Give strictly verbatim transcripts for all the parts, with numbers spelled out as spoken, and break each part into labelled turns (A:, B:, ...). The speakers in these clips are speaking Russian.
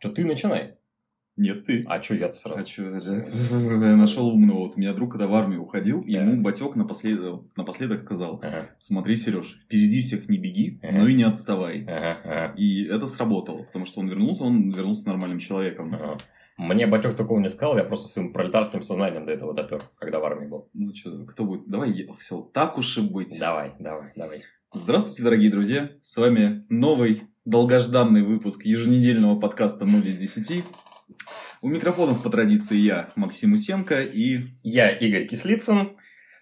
A: Что, ты начинай.
B: Нет, ты.
A: А что я-то сразу?
B: А что, я нашел умного. Вот у меня друг, когда в армию уходил, и ему батек напоследок, напоследок сказал:
A: Ага.
B: смотри, Сереж, впереди всех не беги,
A: Ага.
B: но и не отставай.
A: Ага, ага.
B: И это сработало, потому что он вернулся, он вернулся нормальным человеком.
A: Ага. Мне батек такого не сказал, я просто своим пролетарским сознанием до этого допер, когда в армии был.
B: Ну что, кто будет? Давай, я- все, так уж и быть.
A: Давай, давай, давай.
B: Здравствуйте, дорогие друзья. С вами новый, долгожданный выпуск еженедельного подкаста ноль из десяти. У микрофонов по традиции я, Максим Усенко, и...
A: Я Игорь Кислицын.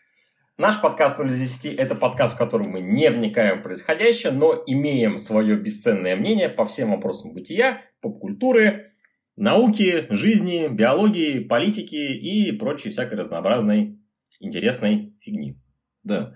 A: Наш подкаст ноль из десяти – это подкаст, в котором мы не вникаем в происходящее, но имеем свое бесценное мнение по всем вопросам бытия, поп-культуры, науки, жизни, биологии, политики и прочей всякой разнообразной интересной фигни.
B: Да.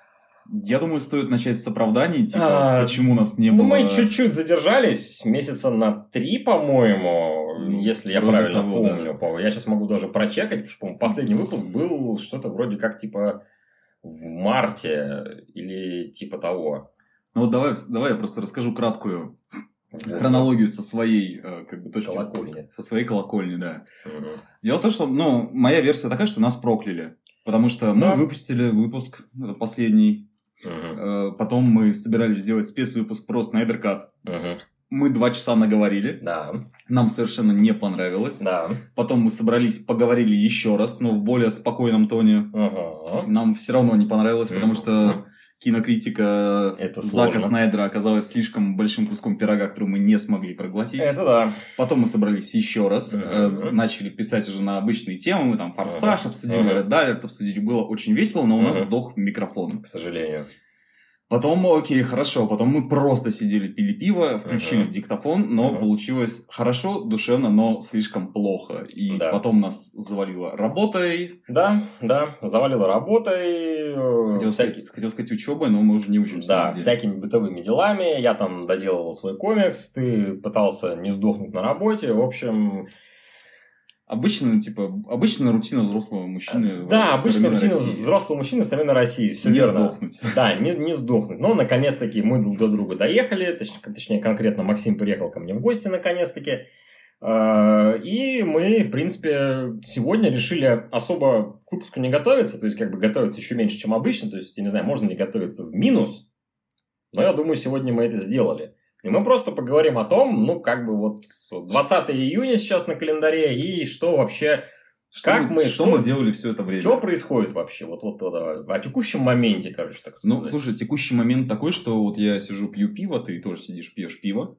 B: Я думаю, стоит начать с оправданий, типа,
A: А,
B: почему нас не
A: ну,
B: было...
A: мы чуть-чуть задержались, месяца на три, по-моему,
B: Ну,
A: если я
B: вроде
A: правильно
B: того,
A: помню.
B: да.
A: По- Я сейчас могу даже прочекать, потому что, по-моему, последний выпуск был что-то вроде как, типа, в марте или типа того.
B: Ну вот давай, давай я просто расскажу краткую
A: Вот.
B: хронологию со своей, э, как бы, точки...
A: Колокольни.
B: Со своей колокольни, да.
A: Мгм.
B: Дело в том, что, ну, моя версия такая, что нас прокляли. Потому что мы
A: Да.
B: выпустили выпуск э, последний.
A: Мгм.
B: Э, Потом мы собирались сделать спецвыпуск про Снайдер Кат.
A: Мгм.
B: Мы два часа наговорили.
A: Да,
B: Нам совершенно не понравилось.
A: да.
B: Потом мы собрались, поговорили еще раз, но в более спокойном тоне.
A: Ага.
B: Нам все равно не понравилось, потому
A: Мгм.
B: что кинокритика
A: Это
B: Зака
A: сложно.
B: Снайдера оказалась слишком большим куском пирога, который мы не смогли проглотить.
A: Это да.
B: Потом мы собрались еще раз,
A: Мгм.
B: э, з- начали писать уже на обычные темы. Мы там «Форсаж»
A: Ага.
B: обсудили,
A: Ага.
B: «Ред Алерт» обсудили. Было очень весело, но у нас
A: Ага.
B: сдох микрофон.
A: К сожалению.
B: Потом, окей, хорошо, потом мы просто сидели, пили пиво, включили
A: Ага.
B: диктофон, но
A: Ага.
B: получилось хорошо, душевно, но слишком плохо. И
A: Да.
B: потом нас завалило работой,
A: Да, да. Завалило работой. э,
B: хотел
A: всякие-
B: сказать, хотел сказать учебой, но мы уже не учимся.
A: Да,
B: нигде.
A: всякими бытовыми делами. Я там доделывал свой комикс, ты пытался не сдохнуть на работе. В общем,
B: Обычно, типа, обычная рутина взрослого мужчины.
A: да,
B: в
A: обычная
B: современной
A: рутина
B: России.
A: взрослого мужчины в современной России. Все
B: Не
A: верно.
B: сдохнуть.
A: Да, не, не сдохнуть. Но, наконец-таки, мы друг до друга доехали. Точнее, точнее, конкретно Максим приехал ко мне в гости, наконец-таки. Э, И мы, в принципе, сегодня решили особо к выпуску не готовиться. То есть, как бы готовиться еще меньше, чем обычно. То есть, я не знаю, можно ли готовиться в минус. Но я думаю, сегодня мы это сделали. И мы просто поговорим о том, ну, как бы вот двадцатое июня сейчас на календаре, и что вообще,
B: Что
A: как мы,
B: что,
A: что-
B: мы делали все это время?
A: что происходит вообще, вот, вот, вот, о текущем моменте, короче, так сказать.
B: Ну, слушай, текущий момент такой, что вот я сижу, пью пиво, ты тоже сидишь, пьешь пиво.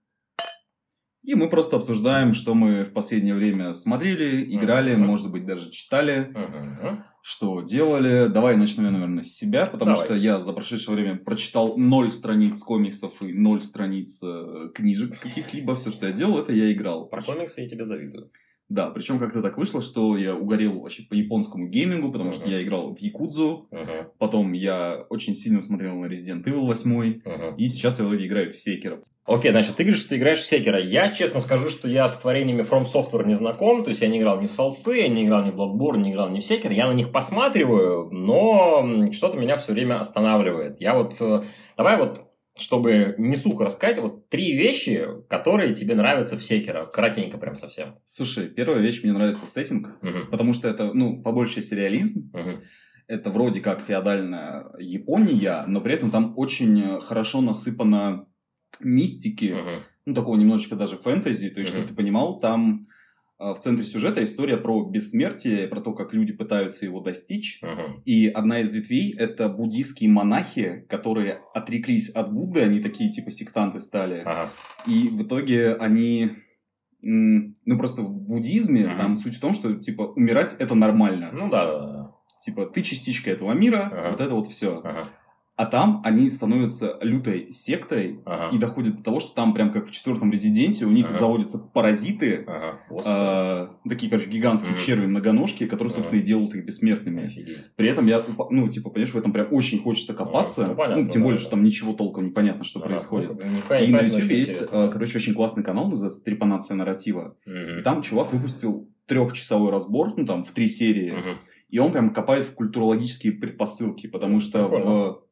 B: И мы просто обсуждаем, что мы в последнее время смотрели, играли,
A: Мгм.
B: может быть, даже читали,
A: Мгм.
B: что делали. Давай начнем я, наверное, с себя, потому
A: Давай.
B: что я за прошедшее время прочитал ноль страниц комиксов и ноль страниц э, книжек каких-либо. Все, что я делал, это я играл.
A: Про комиксы я тебе завидую.
B: Да, причем как-то так вышло, что я угорел вообще по японскому геймингу, потому что
A: Мгм.
B: я играл в Якудзу,
A: Мгм.
B: потом я очень сильно смотрел на Resident Evil восемь,
A: Мгм.
B: и сейчас я в итоге играю в Sekiro.
A: Окей, значит, ты говоришь, что ты играешь в Секера. Я честно скажу, что я с творениями From Software не знаком. То есть, я не играл ни в Солсы, я не играл ни в Bloodborne, не играл ни в Секер. Я на них посматриваю, но м, что-то меня все время останавливает. Я вот... э, Давай вот, чтобы не сухо рассказать, вот три вещи, которые тебе нравятся в Секера. Коротенько прям совсем.
B: Слушай, первая вещь, мне нравится сеттинг,
A: Мгм.
B: потому что это, ну, по большей части реализм.
A: Мгм.
B: Это вроде как феодальная Япония, но при этом там очень хорошо насыпано мистики,
A: Мгм.
B: ну, такого немножечко даже фэнтези. То есть,
A: Мгм.
B: чтобы ты понимал, там э, в центре сюжета история про бессмертие, про то, как люди пытаются его достичь.
A: Мгм.
B: И одна из ветвей – это буддийские монахи, которые отреклись от Будды, они такие типа сектанты стали.
A: Ага.
B: И в итоге они... м, Ну, просто в буддизме
A: Ага.
B: там суть в том, что, типа, умирать – это нормально.
A: Ну да, да, да.
B: Типа, ты частичка этого мира,
A: Ага.
B: вот это вот все.
A: Ага.
B: А там они становятся лютой сектой
A: Ага.
B: и доходят до того, что там прям как в четвертом резиденте у них
A: Ага.
B: заводятся паразиты,
A: Ага. Господи.
B: э, такие, короче, гигантские
A: Мгм.
B: черви-многоножки, которые,
A: Ага.
B: собственно, и делают их бессмертными.
A: Офигеть.
B: При этом я, упа- ну, типа, понимаешь, в этом прям очень хочется копаться.
A: Ну, понятно,
B: Ну, тем
A: да,
B: более,
A: да.
B: что там ничего толком непонятно, что
A: Ага.
B: происходит.
A: Ну, непонятно,
B: И на
A: очень
B: YouTube есть,
A: интересно.
B: э, короче, очень классный канал, называется «Трепанация нарратива».
A: Мгм.
B: И там чувак выпустил трехчасовой разбор, ну, там, в три серии.
A: Мгм.
B: И он прям копает в культурологические предпосылки, потому что
A: Прикольно.
B: в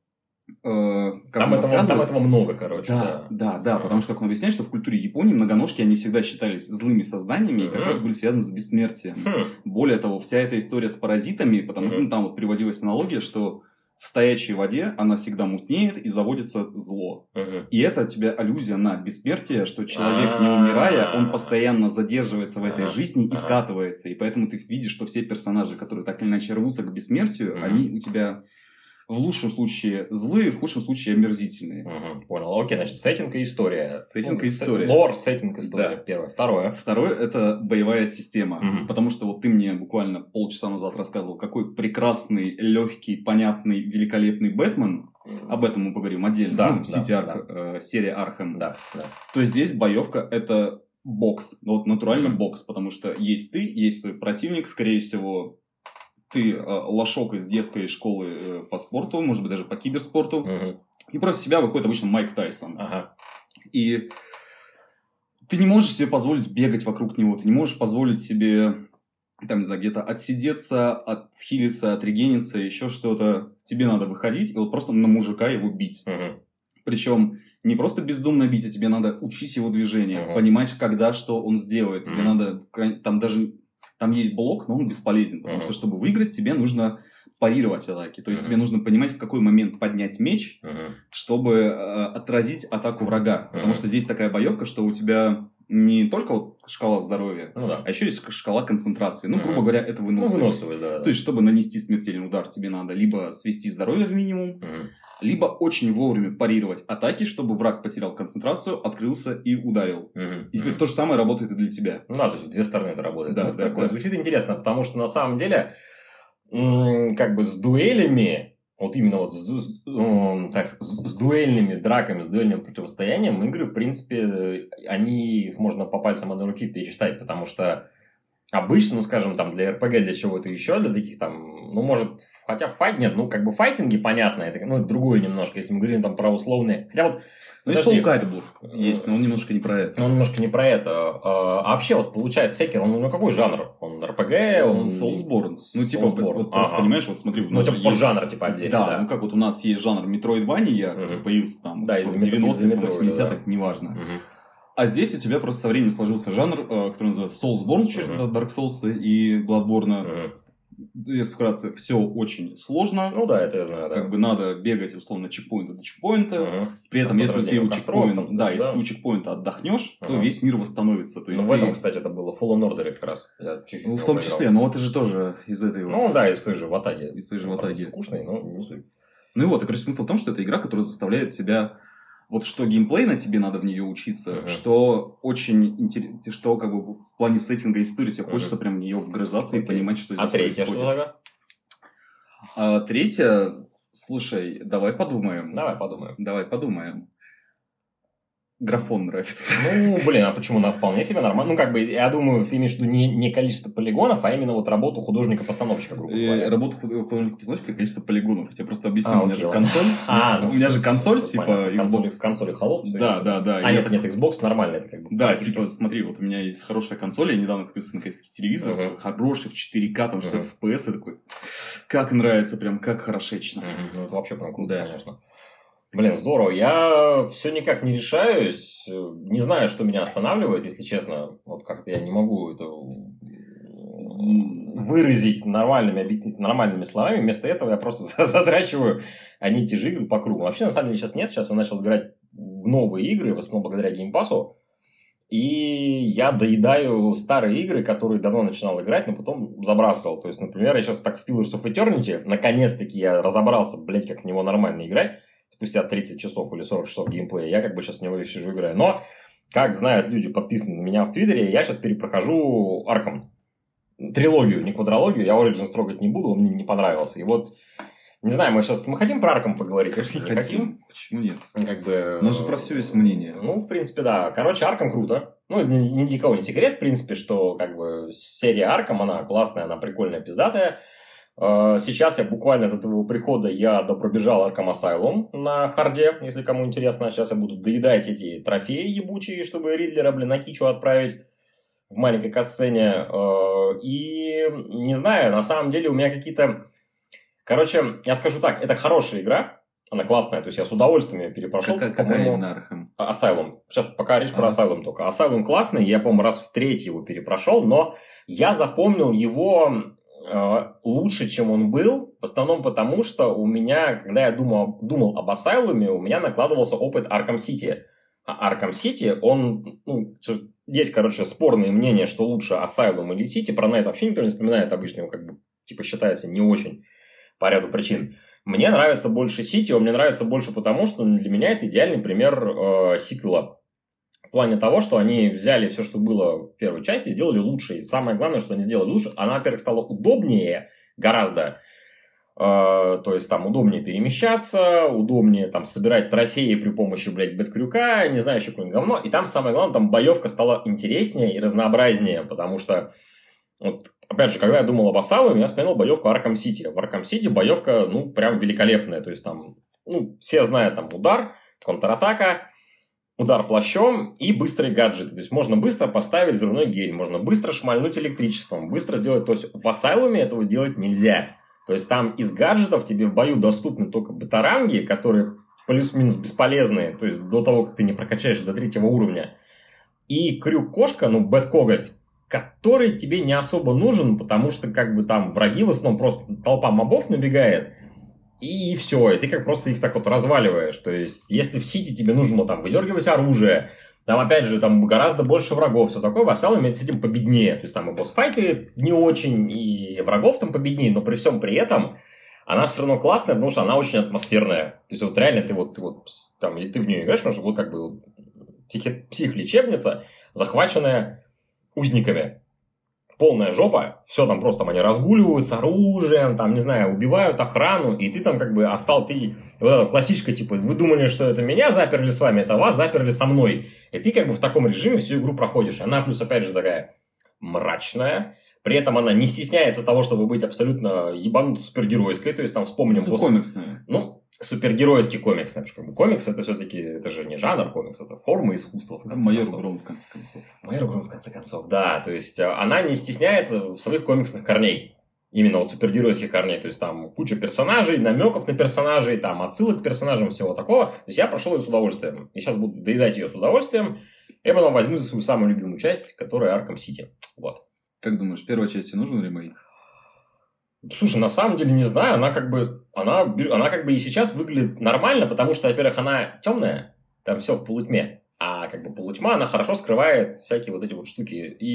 B: Э, как
A: там,
B: он
A: этого,
B: рассказывает-
A: там этого много, короче.
B: Да, да, да,
A: Мгм.
B: потому что, как он объясняет, что в культуре Японии многоножки, они всегда считались злыми созданиями и как
A: Мгм.
B: раз были связаны с бессмертием.
A: Хм.
B: Более того, вся эта история с паразитами, потому что
A: Мгм.
B: ну, там вот приводилась аналогия, что в стоячей воде она всегда мутнеет и заводится зло.
A: Мгм.
B: И это у тебя аллюзия на бессмертие, что человек, не умирая, он постоянно задерживается в этой
A: Ага.
B: жизни и
A: Ага.
B: скатывается. И поэтому ты видишь, что все персонажи, которые так или иначе рвутся к бессмертию,
A: Мгм.
B: они у тебя в лучшем случае злые, в худшем случае омерзительные.
A: Мгм. Понял. Окей, значит, сеттинг и история.
B: Сеттинг и
A: Ну,
B: история.
A: Лор, сеттинг, история.
B: Да.
A: Первое. Второе.
B: Второе – это боевая система.
A: Мгм.
B: Потому что вот ты мне буквально полчаса назад рассказывал, какой прекрасный, легкий, понятный, великолепный Бэтмен. Об этом мы поговорим отдельно.
A: Да,
B: ну,
A: да,
B: Сити Арк,
A: да.
B: э, серия Архэм.
A: Да, да.
B: То есть здесь боевка – это бокс. Вот натурально
A: Мгм.
B: бокс. Потому что есть ты, есть твой противник, скорее всего, ты э, лошок из детской школы э, по спорту, может быть, даже по киберспорту.
A: Мгм.
B: И против себя выходит обычно Майк Тайсон.
A: Ага.
B: И ты не можешь себе позволить бегать вокруг него, ты не можешь позволить себе, там, не знаю, где-то отсидеться, отхилиться, отрегениться, еще что-то. Тебе надо выходить и вот просто на мужика его бить.
A: Мгм.
B: Причем не просто бездумно бить, а тебе надо учить его движение,
A: Мгм.
B: понимать, когда что он сделает. Тебе
A: Мгм.
B: надо, край- там даже, там есть блок, но он бесполезен, потому
A: Мгм.
B: что, чтобы выиграть, тебе нужно парировать атаки. То есть,
A: Мгм.
B: тебе нужно понимать, в какой момент поднять меч,
A: Мгм.
B: чтобы э, отразить атаку врага. Потому
A: Мгм.
B: что здесь такая боевка, что у тебя не только вот шкала здоровья,
A: Ну да.
B: а еще есть шкала концентрации. Ну,
A: Мгм.
B: грубо говоря, это
A: Ну,
B: выносливость.
A: выносливость, да. да.
B: То есть, чтобы нанести смертельный удар, тебе надо либо свести здоровье в минимум,
A: Мгм.
B: либо очень вовремя парировать атаки, чтобы враг потерял концентрацию, открылся и ударил.
A: Мгм.
B: И теперь
A: Мгм.
B: то же самое работает и для тебя.
A: Ну да, то есть в две стороны это работает.
B: Да,
A: Ну,
B: да,
A: такое
B: да.
A: звучит интересно, потому что на самом деле, м, как бы с дуэлями, вот именно вот с, с- м, так, с, с дуэльными драками, с дуэльным противостоянием, игры, в принципе, они их можно по пальцам одной руки пересчитать, потому что обычно, ну, скажем, там, для эр пи джи, для чего-то еще, для таких там, ну, может, хотя файт нет, ну, как бы файтинги, понятно, это, ну, это другое немножко, если мы говорим там про условные, хотя вот,
B: Ну и
A: подожди.
B: Soul Calibur есть, но он немножко не про это.
A: он немножко не про это, а, а вообще, вот, получается, Секер, он, ну, какой жанр? Он эр пи джи, он...
B: Он Soulsborne. Ну, типа,
A: Soulsborne.
B: вот просто
A: Ага.
B: понимаешь, вот смотри, у
A: Ну,
B: нас
A: типа
B: же
A: поджанр,
B: есть-
A: типа, отдельно,
B: Да,
A: да.
B: ну как вот у нас есть жанр Metroidvania,
A: Мгм.
B: который появился там
A: Да,
B: в
A: из-за
B: девяностых,
A: Метро- из-за
B: восьмидесятых,
A: Метроида,
B: неважно.
A: Мгм.
B: А здесь у тебя просто со временем сложился жанр, э, который называется Soulsborne, через
A: Мгм.
B: Dark Souls и Bloodborne.
A: Мгм.
B: Если вкратце, все очень сложно.
A: Ну, да, это я знаю, да.
B: Как бы надо бегать, условно, чекпоинта до чекпоинта.
A: Мгм.
B: При этом,
A: Там
B: если ты
A: возрождение
B: у
A: костров, там
B: чекпоинта, да,
A: туда-сюда.
B: если ты у чекпоинта отдохнешь, то
A: Ага.
B: весь мир восстановится. То есть
A: Ну, в
B: ты-
A: этом, кстати, это было в Fallen Order как раз. Я чуть-чуть
B: Ну, в
A: его
B: том
A: поиграл.
B: числе, но это же тоже из этой вот.
A: Ну, да, из той же Ватаги.
B: Из той же
A: Правда,
B: Ватаги.
A: скучный, но не суть.
B: Ну и вот, и, короче, смысл в том, что это игра, которая заставляет тебя, вот что геймплейно тебе надо в нее учиться,
A: Мгм.
B: что очень интересно, что как бы в плане сеттинга истории тебе
A: Мгм.
B: хочется прям в нее вгрызаться и
A: Окей.
B: понимать, что здесь
A: А третья
B: происходит.
A: что такое?
B: А третья, слушай, давай подумаем.
A: Давай подумаем.
B: Давай подумаем. Графон нравится.
A: Ну, блин, а почему? Она вполне себе нормально. Ну, как бы, я думаю, ты имеешь в виду не, не количество полигонов, а именно вот работу художника-постановщика, грубо
B: И
A: говоря.
B: работа художника-постановщика и количество полигонов. Я просто объясню,
A: А,
B: у меня
A: окей,
B: же
A: ладно.
B: консоль.
A: А, ну,
B: у меня же консоль,
A: всё
B: типа
A: понятно. консоли,
B: Xbox.
A: консоли холоп. всё
B: Да,
A: ясно.
B: да, да.
A: А,
B: Я-
A: нет, нет, Xbox нормально, это как бы.
B: Да,
A: практически.
B: типа, смотри, вот у меня есть хорошая консоль, я недавно купил наконец-таки телевизор,
A: Мгм.
B: такой хороший, в четыре ка, там шестьдесят
A: Мгм.
B: эф пи эс, и такой, как нравится, прям как хорошечно.
A: Мгм. Ну, это вообще прям круто,
B: Да.
A: конечно. Блин, здорово. Я все никак не решаюсь. Не знаю, что меня останавливает, если честно. Вот как-то я не могу это выразить нормальными, объяснить нормальными словами. Вместо этого я просто задрачиваю одни и те же игры по кругу. Вообще, на самом деле, сейчас нет. Сейчас я начал играть в новые игры, в основном благодаря геймпасу. И я доедаю старые игры, которые давно начинал играть, но потом забрасывал. То есть, например, я сейчас так в Pillars of Eternity, наконец-таки я разобрался, блять, как в него нормально играть. Спустя тридцать часов или сорок часов геймплея, я как бы сейчас в него сижу играю. Но, как знают люди, подписанные на меня в Твиттере, я сейчас перепрохожу Arkham. Трилогию, не квадрологию. Я Origins трогать не буду, он мне не понравился. И вот, не знаю, мы сейчас... Мы хотим про Arkham поговорить?
B: Конечно,
A: не
B: хотим. Почему нет?
A: Как бы...
B: У нас же про все есть мнение.
A: Ну, в принципе, да. Короче, Arkham круто. Ну, это ни, ни для кого не секрет, в принципе, что как бы серия Arkham, она классная, она прикольная, пиздатая. Сейчас я буквально от этого прихода я допробежал Arkham Asylum на харде, если кому интересно. Сейчас я буду доедать эти трофеи ебучие, чтобы Ридлера, блин, на кичу отправить в маленькой катсцене. И не знаю, на самом деле у меня какие-то... Короче, я скажу так, это хорошая игра. Она классная, то есть я с удовольствием ее перепрошел.
B: Какая, какая именно Архам?
A: Asylum. Сейчас пока речь
B: А.
A: про Asylum только. Asylum классный, я, по-моему, раз в третий его перепрошел, но я запомнил его э, лучше, чем он был, в основном потому, что у меня, когда я думал, думал об Asylum, у меня накладывался опыт Arkham City. А Arkham City, он, ну, есть, короче, спорные мнения, что лучше Asylum или City, про Night вообще никто не вспоминает, обычно его как бы, типа, считается не очень по ряду причин. Мне нравится больше City, он мне нравится больше потому, что для меня это идеальный пример э, сиквела. В плане того, что они взяли все, что было в первой части, сделали лучше. И самое главное, что они сделали лучше, она, во-первых, стала удобнее гораздо. Э, то есть, там, удобнее перемещаться, удобнее, там, собирать трофеи при помощи, блядь, бэткрюка, не знаю, еще какое-нибудь говно. И там, самое главное, там боевка стала интереснее и разнообразнее, потому что вот, опять же, когда я думал об Asylum, я вспоминал боевку Arkham City. В Arkham City боевка, ну, прям великолепная. То есть, там, ну, все знают, там, удар, контратака, удар плащом и быстрые гаджеты. То есть, можно быстро поставить взрывной гель, можно быстро шмальнуть электричеством, быстро сделать... То есть, в Asylum этого делать нельзя. То есть, там из гаджетов тебе в бою доступны только батаранги, которые плюс-минус бесполезные. То есть, до того, как ты не прокачаешь до третьего уровня. И крюк-кошка, ну, бэт-коготь, который тебе не особо нужен, потому что как бы там враги в основном просто толпа мобов набегает, и все, и ты как просто их так вот разваливаешь. То есть, если в Сити тебе нужно там выдергивать оружие, там опять же там гораздо больше врагов, все такое, в Asylum с этим победнее. То есть, там и босс-файты не очень, и врагов там победнее, но при всем при этом она все равно классная, потому что она очень атмосферная. То есть, вот реально ты вот, ты вот там, ты в нее играешь, потому что вот как бы психи- психлечебница, захваченная узниками. Полная жопа, все там просто там они разгуливают с оружием, там, не знаю, убивают охрану, и ты там как бы остал, ты, вот это классическое, типа, вы думали, что это меня заперли с вами, это вас заперли со мной. И ты как бы в таком режиме всю игру проходишь. Она плюс, опять же, такая мрачная, при этом она не стесняется того, чтобы быть абсолютно ебанутой супергеройской, то есть там вспомним...
B: Это
A: босс...
B: комиксная.
A: Ну, супергеройский комикс, потому что как бы комикс это все-таки, это же не жанр комикс, это форма искусства.
B: Майор Гром, в конце концов.
A: Майор Гром, в конце концов, да. То есть, она не стесняется в своих комиксных корней. Именно вот супергеройских корней. То есть, там куча персонажей, намеков на персонажей, там отсылок к персонажам, всего такого. То есть, я прошел ее с удовольствием. И сейчас буду доедать ее с удовольствием. И потом возьму за свою самую любимую часть, которая Arkham City. Вот.
B: Как думаешь, первой части нужен ремейк?
A: Слушай, на самом деле не знаю, она как бы, она, она как бы и сейчас выглядит нормально, потому что, во-первых, она темная, там все в полутьме, а как бы полутьма, она хорошо скрывает всякие вот эти вот штуки,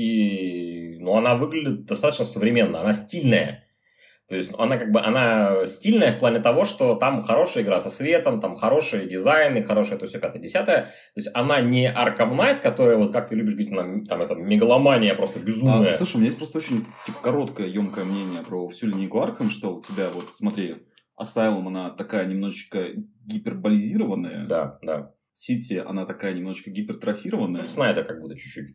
A: и, ну, она выглядит достаточно современно, она стильная. То есть, она как бы, она стильная в плане того, что там хорошая игра со светом, там хорошие дизайны, хорошая, то есть, пятое-десятое. То есть, она не Arkham Knight, которая, вот как ты любишь говорить, она, там, это мегаломания просто безумная.
B: А, слушай, у меня есть просто очень типа, короткое, емкое мнение про всю линейку Arkham, что у тебя, вот, смотри, Asylum, она такая немножечко гиперболизированная.
A: Да, да.
B: City, она такая немножечко гипертрофированная.
A: Ну, Снайдер как будто чуть-чуть.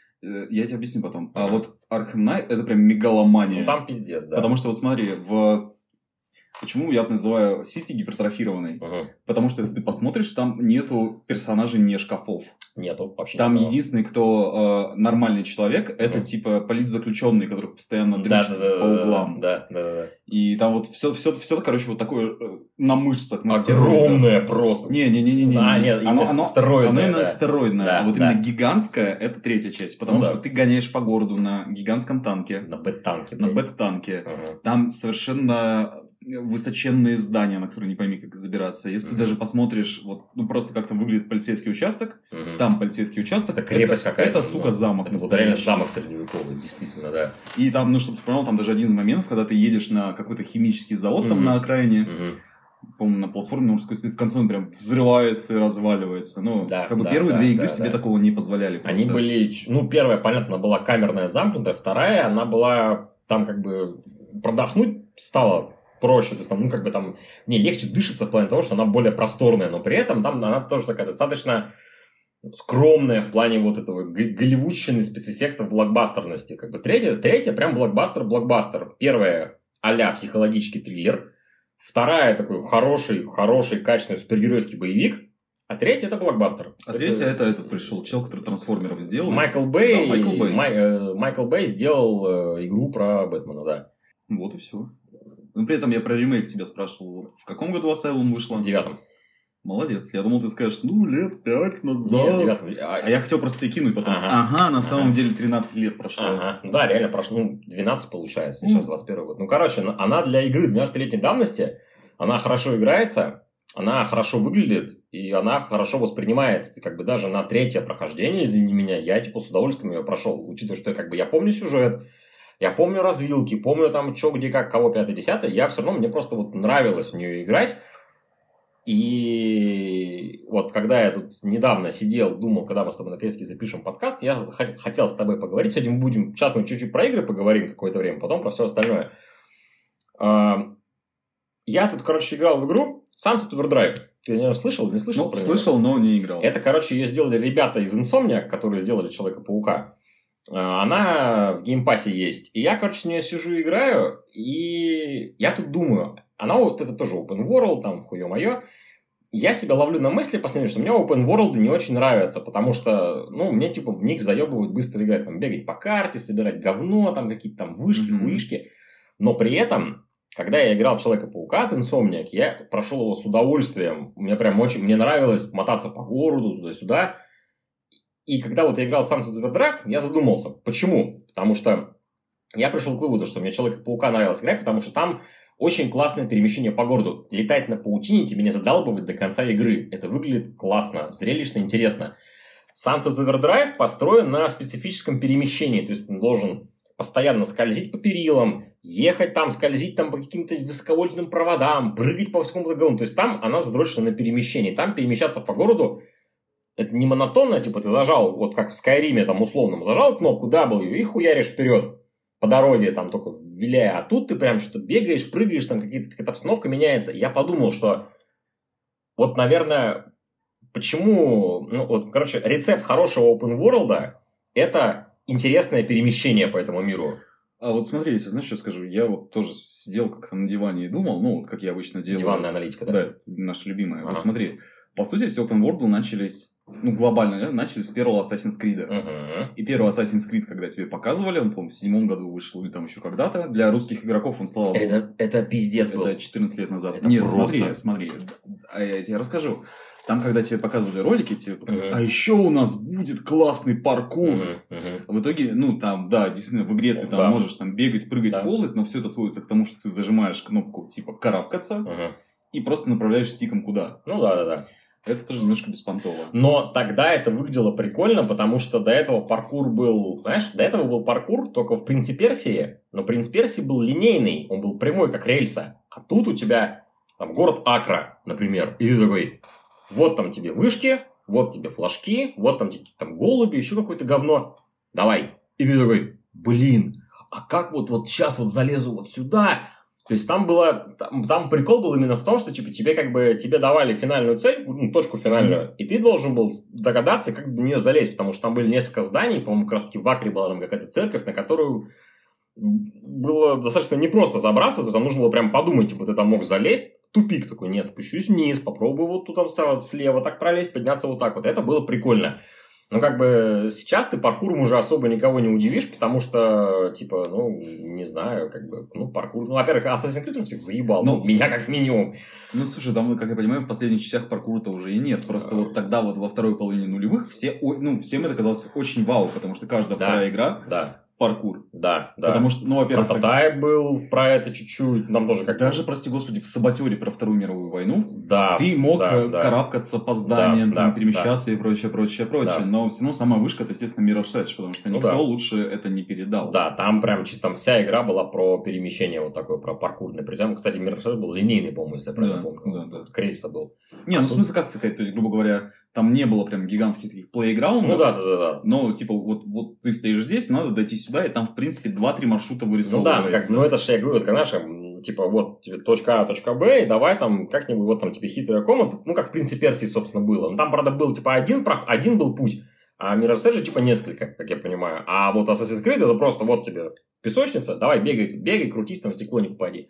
B: Я тебе объясню потом.
A: Uh-huh.
B: А вот Arkham Knight это прям мегаломания.
A: Ну там пиздец, да.
B: Потому что вот смотри, в... Почему я называю Сити гипертрофированной?
A: Uh-huh.
B: Потому что если ты посмотришь, там нету персонажей не шкафов.
A: Нету вообще.
B: Там
A: никого.
B: единственный, кто э, нормальный человек, uh-huh. это типа политзаключенный, который постоянно дрючит
A: да, да,
B: по углам.
A: Да, да, да, да.
B: И там вот все, все, все, короче, вот такое э, на мышцах. На
A: огромное просто.
B: Не-не-не-не.
A: А, нет,
B: оно, оно стероидное. Оно именно
A: да.
B: стероидное.
A: Да,
B: а вот
A: да.
B: именно гигантское это третья часть. Потому
A: ну,
B: что
A: да.
B: ты гоняешь по городу на гигантском танке.
A: На бэт-танке.
B: На бэт-танке.
A: Uh-huh.
B: Там совершенно высоченные здания, на которые не пойми, как забираться. Если mm-hmm. ты даже посмотришь, вот, ну, просто как там выглядит полицейский участок,
A: mm-hmm.
B: там полицейский участок.
A: Это крепость
B: это,
A: какая-то.
B: Это, сука, замок.
A: Это вот реально замок средневековый, действительно, да.
B: И там, ну, чтобы ты понял, там даже один из моментов, когда ты едешь на какой-то химический завод mm-hmm. там на окраине,
A: mm-hmm.
B: по-моему, на платформе, можно сказать, в конце он прям взрывается и разваливается. Ну,
A: да,
B: как бы
A: да,
B: первые
A: да,
B: две игры
A: да,
B: себе
A: да.
B: такого не позволяли. Просто.
A: Они были, ну, первая, понятно, была камерная замкнутая, вторая, она была там как бы продохнуть стало проще, то есть там, ну, как бы там, не, легче дышится в плане того, что она более просторная, но при этом там она тоже такая достаточно скромная в плане вот этого голливудщины, спецэффектов, блокбастерности. Как бы третья, третья прям блокбастер-блокбастер. Первая а-ля психологический триллер, вторая такой хороший, хороший, качественный супергеройский боевик, а третья это блокбастер.
B: А это... третья это этот пришел чел, который трансформеров сделал.
A: Майкл Бэй.
B: Да, Майкл Бэй.
A: Май, э, Майкл Бэй сделал э, игру про Бэтмена, да.
B: Вот и все. Но при этом я про ремейк тебя спрашивал. В каком году Asylum вышла?
A: В девятом.
B: Молодец. Я думал, ты скажешь, ну, лет пять назад.
A: Нет, в девятом. А,
B: а я хотел просто тебе кинуть потом.
A: Ага,
B: ага на
A: ага.
B: самом деле тринадцать лет прошло.
A: Ага. Да, реально прошло. Ну, двенадцать получается. Сейчас двадцать первый год. Ну, короче, она для игры двенадцатилетней давности, она хорошо играется, она хорошо выглядит, и она хорошо воспринимается. Как бы даже на третье прохождение, извини меня, я типа с удовольствием ее прошел. Учитывая, что я, как бы, я помню сюжет, я помню развилки, помню там что, где, как, кого, пятое, десятое. Я все равно, мне просто вот нравилось в нее играть. И вот когда я тут недавно сидел, думал, когда мы с тобой наконец-таки запишем подкаст, я хотел с тобой поговорить. Сегодня мы будем, сейчас мы чуть-чуть про игры поговорим какое-то время, потом про все остальное. Я тут, короче, играл в игру Sunset Overdrive. Ты ее слышал? Не слышал?
B: Ну, слышал, но не играл.
A: Это, короче, ее сделали ребята из Insomniac, которые сделали Человека-паука. Она в геймпассе есть. И я, короче, с нее сижу и играю, и я тут думаю, она вот это тоже open world, там, хуё-моё. Я себя ловлю на мысли последнее, что мне open world не очень нравятся, потому что, ну, мне, типа, в них заебывают быстро играть, там, бегать по карте, собирать говно, там, какие-то там вышки, mm-hmm. хуишки. Но при этом, когда я играл в Человека-паука от Insomniac, я прошел его с удовольствием. Мне прям очень, мне нравилось мотаться по городу, туда-сюда. И когда вот я играл в Sunset Overdrive, я задумался, почему? Потому что я пришел к выводу, что мне Человека-паука нравилось играть, потому что там очень классное перемещение по городу. Летать на паутине тебе не задалбывать до конца игры. Это выглядит классно, зрелищно, интересно. Sunset Overdrive построен на специфическом перемещении. То есть ты должен постоянно скользить по перилам, ехать там, скользить там по каким-то высоковольтным проводам, прыгать по всему говну. То есть там она задрочена на перемещении. Там перемещаться по городу это не монотонно, типа ты зажал, вот как в Скайриме там условном, зажал кнопку дабл ю и хуяришь вперед по дороге, там только виляя. А тут ты прям что-то бегаешь, прыгаешь, там какие-то, какая-то обстановка меняется. Я подумал, что вот, наверное, почему, ну вот, короче, рецепт хорошего open world это интересное перемещение по этому миру.
B: А вот смотри, если знаешь, что скажу, я вот тоже сидел как-то на диване и думал, ну вот как я обычно делаю.
A: Диванная аналитика, да?
B: Да, наша любимая.
A: Ага.
B: Вот смотри, по сути, все open world начались, ну, глобально, да, начались с первого Assassin's Creed.
A: Uh-huh.
B: И первый Assassin's Creed, когда тебе показывали, он, по-моему, в седьмом году вышел или там еще когда-то, для русских игроков он, слава богу...
A: Это, это пиздец был.
B: Это четырнадцать лет назад.
A: Это
B: Нет,
A: просто...
B: смотри, смотри, а я тебе расскажу. Там, когда тебе показывали ролики, тебе показывали,
A: uh-huh.
B: а еще у нас будет классный паркур.
A: Uh-huh. Uh-huh.
B: В итоге, ну, там, да, действительно, в игре ты там
A: да.
B: можешь там бегать, прыгать,
A: да.
B: ползать, но все это сводится к тому, что ты зажимаешь кнопку, типа, карабкаться,
A: uh-huh.
B: и просто направляешь стиком куда.
A: Ну, да-да-да.
B: Это тоже немножко беспонтово.
A: Но тогда это выглядело прикольно, потому что до этого паркур был... Знаешь, до этого был паркур только в Принце Персии, но Принц Персии был линейный, он был прямой, как рельса. А тут у тебя там город Акра, например, и ты такой... Вот там тебе вышки, вот тебе флажки, вот там тебе там голуби, еще какое-то говно. Давай. И ты такой, блин, а как вот, вот сейчас вот залезу вот сюда? То есть там было, там, там прикол был именно в том, что типа тебе как бы тебе давали финальную цель, ну, точку финальную, mm-hmm. и ты должен был догадаться, как в нее залезть, потому что там были несколько зданий, по-моему, как раз таки в Акре была там какая-то церковь, на которую было достаточно непросто забраться, то есть там нужно было прям подумать, типа ты там мог залезть, тупик такой, нет, спущусь вниз, попробую вот тут там слева так пролезть, подняться вот так вот, это было прикольно. Но как бы сейчас ты паркуром уже особо никого не удивишь, потому что, типа, ну, не знаю, как бы, ну, паркур... Ну, во-первых, Assassin's Creed всех заебал, ну, меня как минимум.
B: Ну, слушай, там, как я понимаю, в последних частях паркура-то уже и нет. Просто вот тогда вот во второй половине нулевых все, ну, всем это казалось очень вау, потому что каждая да, вторая игра...
A: Да.
B: Паркур.
A: Да, да.
B: Потому что, ну, во-первых...
A: Прототайп так... был про это чуть-чуть, нам тоже как-то...
B: Даже, прости господи, в Саботёре про Вторую мировую войну
A: да,
B: ты мог
A: да, да.
B: карабкаться по зданиям,
A: да,
B: там,
A: да,
B: перемещаться
A: да.
B: и прочее, прочее, прочее. Да. Но все равно сама вышка, это, естественно, Mirror's Edge, потому что никто ну, да. лучше это не передал.
A: Да, там прям чисто там вся игра была про перемещение вот такое, про паркурное. Причем, кстати, Mirror's Edge был линейный, по-моему, если я правильно
B: да,
A: помню.
B: Да, да.
A: Крейса был.
B: Не, а ну, тут... в смысле, как сказать, то есть, грубо говоря... Там не было прям гигантских таких плейграундов.
A: Ну да, да, да, да.
B: Но, типа, вот, вот ты стоишь здесь, надо дойти сюда, и там, в принципе, два-три маршрута вырисовывается.
A: Ну да, как, ну это же я говорю, вот, конечно, типа, вот тебе точка А, точка Б, и давай там как-нибудь, вот там тебе хитрая комната, ну как в Принце Персии, собственно, было. Ну там, правда, был типа один, один был путь, а Mirror's Edge типа несколько, как я понимаю. А вот Assassin's Creed это просто вот тебе песочница, давай бегай тут, бегай, крутись, там в стекло не попади.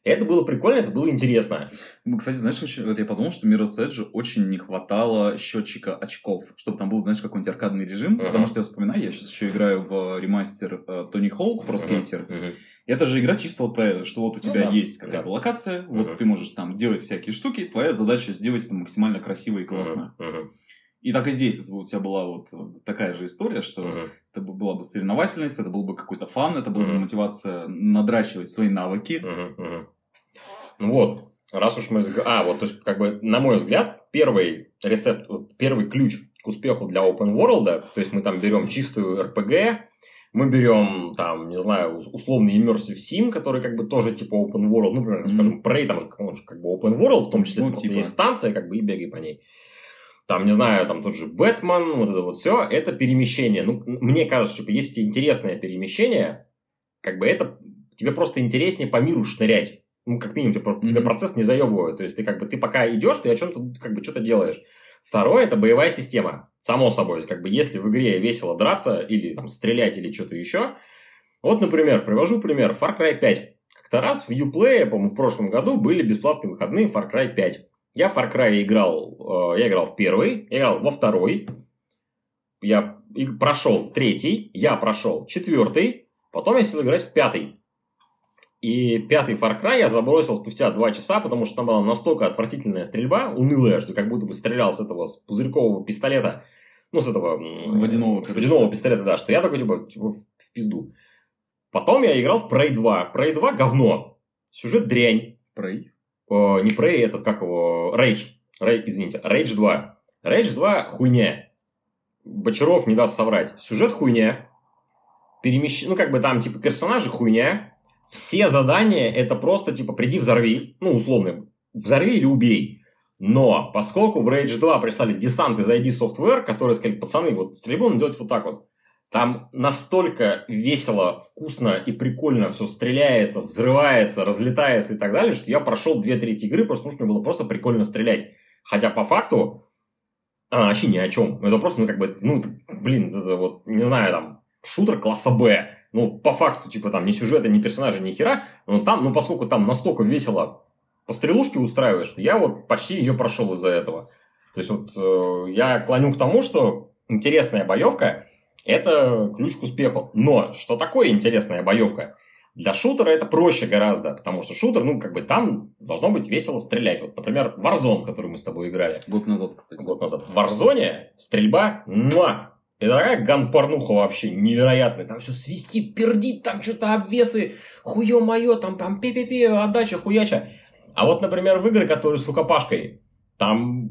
A: Это было прикольно, это было интересно.
B: Кстати, знаешь, очень, вот я подумал, что Mirror's Edge очень не хватало счетчика очков, чтобы там был, знаешь, какой-нибудь аркадный режим, uh-huh. потому что я вспоминаю, я сейчас еще играю в ремастер Тони Хоук про скейтер. Uh-huh. Uh-huh. Это же игра чисто вот про это, что вот у тебя ну, да. есть какая-то да. локация, uh-huh. вот ты можешь там делать всякие штуки, твоя задача сделать это максимально красиво и классно. Uh-huh. Uh-huh. И так и здесь, если бы у тебя была вот такая же история, что uh-huh. это была бы соревновательность, это был бы какой-то фан, это была uh-huh. бы мотивация надрачивать свои навыки.
A: Uh-huh. Uh-huh. Ну вот, раз уж мы... А, вот, то есть, как бы, на мой взгляд, первый рецепт, первый ключ к успеху для open world, то есть, мы там берем чистую эр пи джи, мы берем, там, не знаю, условный immersive sim, который, как бы, тоже типа open world, ну, например, mm-hmm. скажем, Prey, там же, он же, как бы, open world, в том числе, ну, просто типа... есть станция, как бы, и бегай по ней. Там, не знаю, там тот же Бэтмен, вот это вот все, это перемещение. Ну, мне кажется, что если тебе интересное перемещение, как бы, это тебе просто интереснее по миру шнырять. Ну, как минимум, тебе, mm-hmm. тебе процесс не заебывает. То есть, ты как бы ты пока идешь, ты о чем-то как бы что-то делаешь. Второе, это боевая система. Само собой, как бы если в игре весело драться, или там стрелять, или что-то еще. Вот, например, привожу пример. Far Cry пять. Как-то раз в Uplay, по-моему, в прошлом году были бесплатные выходные Far Cry пять. Я в Far Cry играл, э, я играл в первый, я играл во второй. Я прошел третий, я прошел четвертый. Потом я сел играть в пятый. И пятый Far Cry я забросил спустя два часа, потому что там была настолько отвратительная стрельба, унылая, что как будто бы стрелял с этого с пузырькового пистолета, ну, с этого
B: водяного,
A: с водяного пистолета, да, что я такой, типа, типа, в пизду. Потом я играл в Prey два. Prey два говно. Сюжет дрянь.
B: Prey?
A: О, не Prey, этот, как его, Rage. Rage, извините, Rage два. Rage два хуйня. Бочаров не даст соврать. Сюжет хуйня. Перемещ... Ну, как бы там, типа, персонажи хуйня. Все задания это просто типа приди взорви, ну условно, взорви или убей. Но поскольку в Rage два прислали десант из ай ди Software, которые сказали, пацаны, вот стрельбу надо делать вот так вот. Там настолько весело, вкусно и прикольно все стреляется, взрывается, разлетается и так далее, что я прошел две трети игры, просто потому что мне было просто прикольно стрелять. Хотя по факту а, вообще ни о чем. Это просто, ну как бы, ну блин, это вот, не знаю, там, шутер класса Б. Ну, по факту, типа, там, ни сюжета, ни персонажа, ни хера. Но там, ну, поскольку там настолько весело по стрелушке устраиваешь, что я вот почти ее прошел из-за этого. То есть, вот, э, я клоню к тому, что интересная боевка – это ключ к успеху. Но, что такое интересная боевка? Для шутера это проще гораздо, потому что шутер, ну, как бы, там должно быть весело стрелять. Вот, например, Warzone, который мы с тобой играли.
B: Год назад, кстати.
A: Год назад. В Warzone стрельба, муа! Это такая ган-порнуха вообще невероятная. Там все свистит, пердит, там что-то обвесы, хуё моё, там, там пи-пи-пи, отдача, хуяча. А вот, например, в игры, которые с рукопашкой, там,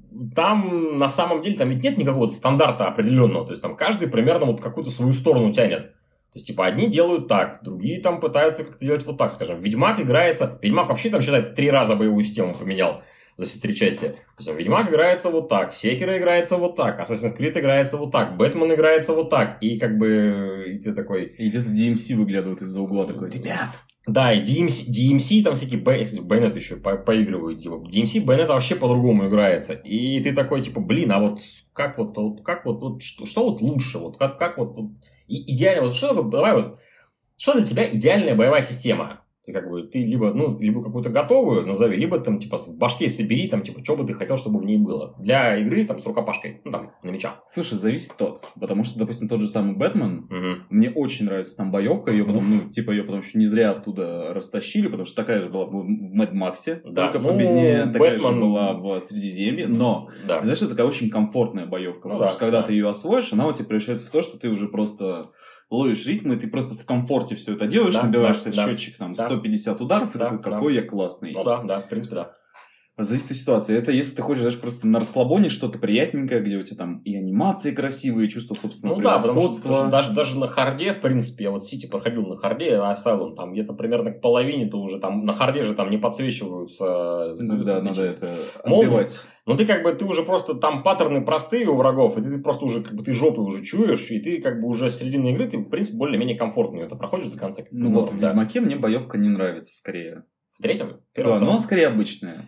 A: там на самом деле там ведь нет никакого стандарта определенного. То есть там каждый примерно вот какую-то свою сторону тянет. То есть, типа, одни делают так, другие там пытаются как-то делать вот так, скажем. Ведьмак играется... Ведьмак вообще там, считай, три раза боевую систему поменял за все три части. То есть, Ведьмак играется вот так, Секиро играется вот так, Assassin's Creed играется вот так, Бэтмен играется вот так. И как бы... И ты такой...
B: И где-то ди эм си выглядывает из-за угла такой, ребят...
A: Да, и ди эм си, ди эм си там всякие... Байонет еще по поигрывают. Типа. ди эм си Байонет вообще по-другому играется. И ты такой, типа, блин, а вот как вот... вот как вот, вот что, что вот лучше? Вот как, как вот... вот и идеально... Вот что такое... Давай вот... Что для тебя идеальная боевая система? Ты как бы, ты либо, ну, либо какую-то готовую назови, либо там, типа, в башке собери, там, типа, что бы ты хотел, чтобы в ней было. Для игры, там, с рукопашкой, ну, там, на мечах.
B: Слушай, зависит тот. Потому что, допустим, тот же самый Бэтмен,
A: угу.
B: мне очень нравится там боевка, ее потом, ну, типа, ее потом еще не зря оттуда растащили, потому что такая же была в Мэд Максе,
A: да,
B: только
A: ну,
B: победнее, такая
A: Бэтмен...
B: же была в Средиземье, но,
A: да.
B: знаешь, это такая очень комфортная боевка, ну, потому да, что когда да. ты ее освоишь, она у тебя превращается в то, что ты уже просто... ловишь ритмы, ты просто в комфорте все это делаешь, да, набиваешь да, да, счетчик там да. сто пятьдесят ударов, да, и такой, какой да. я классный.
A: Ну да, да, в принципе, да.
B: Зависит от ситуации. Это если ты хочешь, знаешь, просто на расслабоне что-то приятненькое, где у тебя там и анимации красивые, и чувство собственного
A: ну, превосходства. Ну да, потому что, потому что даже, даже на харде, в принципе, я вот Сити проходил на харде, Asylum, там где-то примерно к половине, то уже там на харде же там не подсвечиваются.
B: Ну да, надо это отбивать.
A: Ну, ты как бы, ты уже просто, там паттерны простые у врагов, и ты просто уже, как бы, ты жопой уже чуешь, и ты, как бы, уже с середины игры, ты, в принципе, более-менее комфортно это проходишь до конца.
B: Ну, вот, в да. Ведьмаке мне боевка не нравится, скорее.
A: В третьем?
B: Первом, да, но она скорее обычная.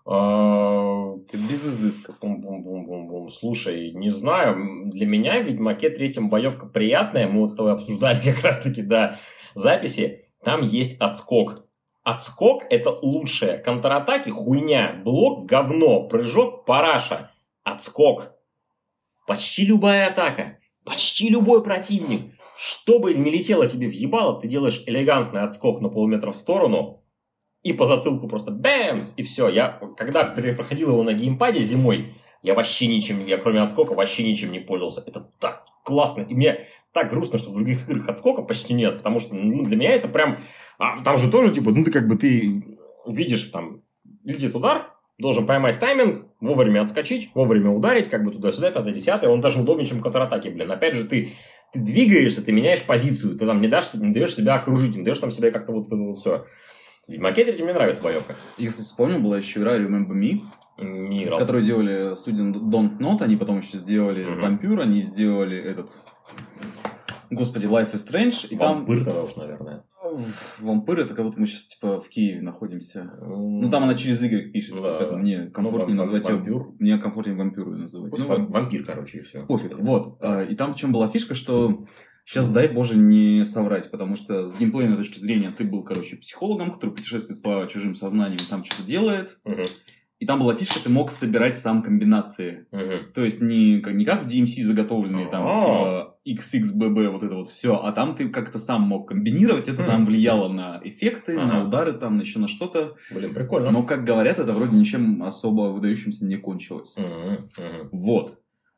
A: А...
B: Без изысков.
A: Бум-бум-бум-бум-бум. Слушай, не знаю, для меня в Ведьмаке третьем боевка приятная, мы вот с тобой обсуждали как раз-таки до записи, там есть отскок. Отскок – это лучшее. Контратаки – хуйня. Блок – говно. Прыжок – параша. Отскок. Почти любая атака. Почти любой противник. Что бы ни летело тебе в ебало, ты делаешь элегантный отскок на полметра в сторону и по затылку просто бэмс, и все. Я, когда проходил его на геймпаде зимой, я вообще ничем, я кроме отскока вообще ничем не пользовался. Это так классно. И мне так грустно, что в других играх отскока почти нет, потому что ну, для меня это прям... А, там же тоже, типа, ну ты как бы ты видишь, там летит удар, должен поймать тайминг, вовремя отскочить, вовремя ударить, как бы туда-сюда, пятое, десятое. Он даже удобнее, чем в контратаке, блин. Опять же, ты, ты двигаешься, ты меняешь позицию, ты там не, дашь, не даешь себя окружить, не даешь там себя как-то вот это вот все. В Ведьмаке третьем мне нравится боевка.
B: Если вспомнил, была еще игра Remember Me,
A: не играл.
B: Которую делали студент Don't Not, они потом еще сделали mm-hmm. Vampire, они сделали этот... Господи, Life is Strange. И
A: Вампир
B: там...
A: тогда уж, наверное.
B: Вампир, это как будто мы сейчас типа в Киеве находимся. Mm. Ну, там она через Y пишется, да, поэтому мне комфортнее ну, называть
A: вампир.
B: ее... Мне комфортнее вампиру называть.
A: Пусть ну, вампир, короче, и все.
B: Пофиг. Вот. И там в чем была фишка, что... Сейчас, дай боже, не соврать, потому что с геймплейной точки зрения ты был, короче, психологом, который путешествует по чужим сознаниям, там что-то делает.
A: Uh-huh.
B: И там была фишка, ты мог собирать сам комбинации.
A: Uh-huh.
B: То есть не, не как в ди эм си заготовленные, там,
A: uh-huh.
B: типа икс икс би би, вот это вот все, а там ты как-то сам мог комбинировать, это uh-huh. там влияло на эффекты, uh-huh. на удары, там, еще на что-то.
A: Блин, прикольно.
B: Но, как говорят, это вроде ничем особо выдающимся не кончилось.
A: Uh-huh. Uh-huh.
B: Вот.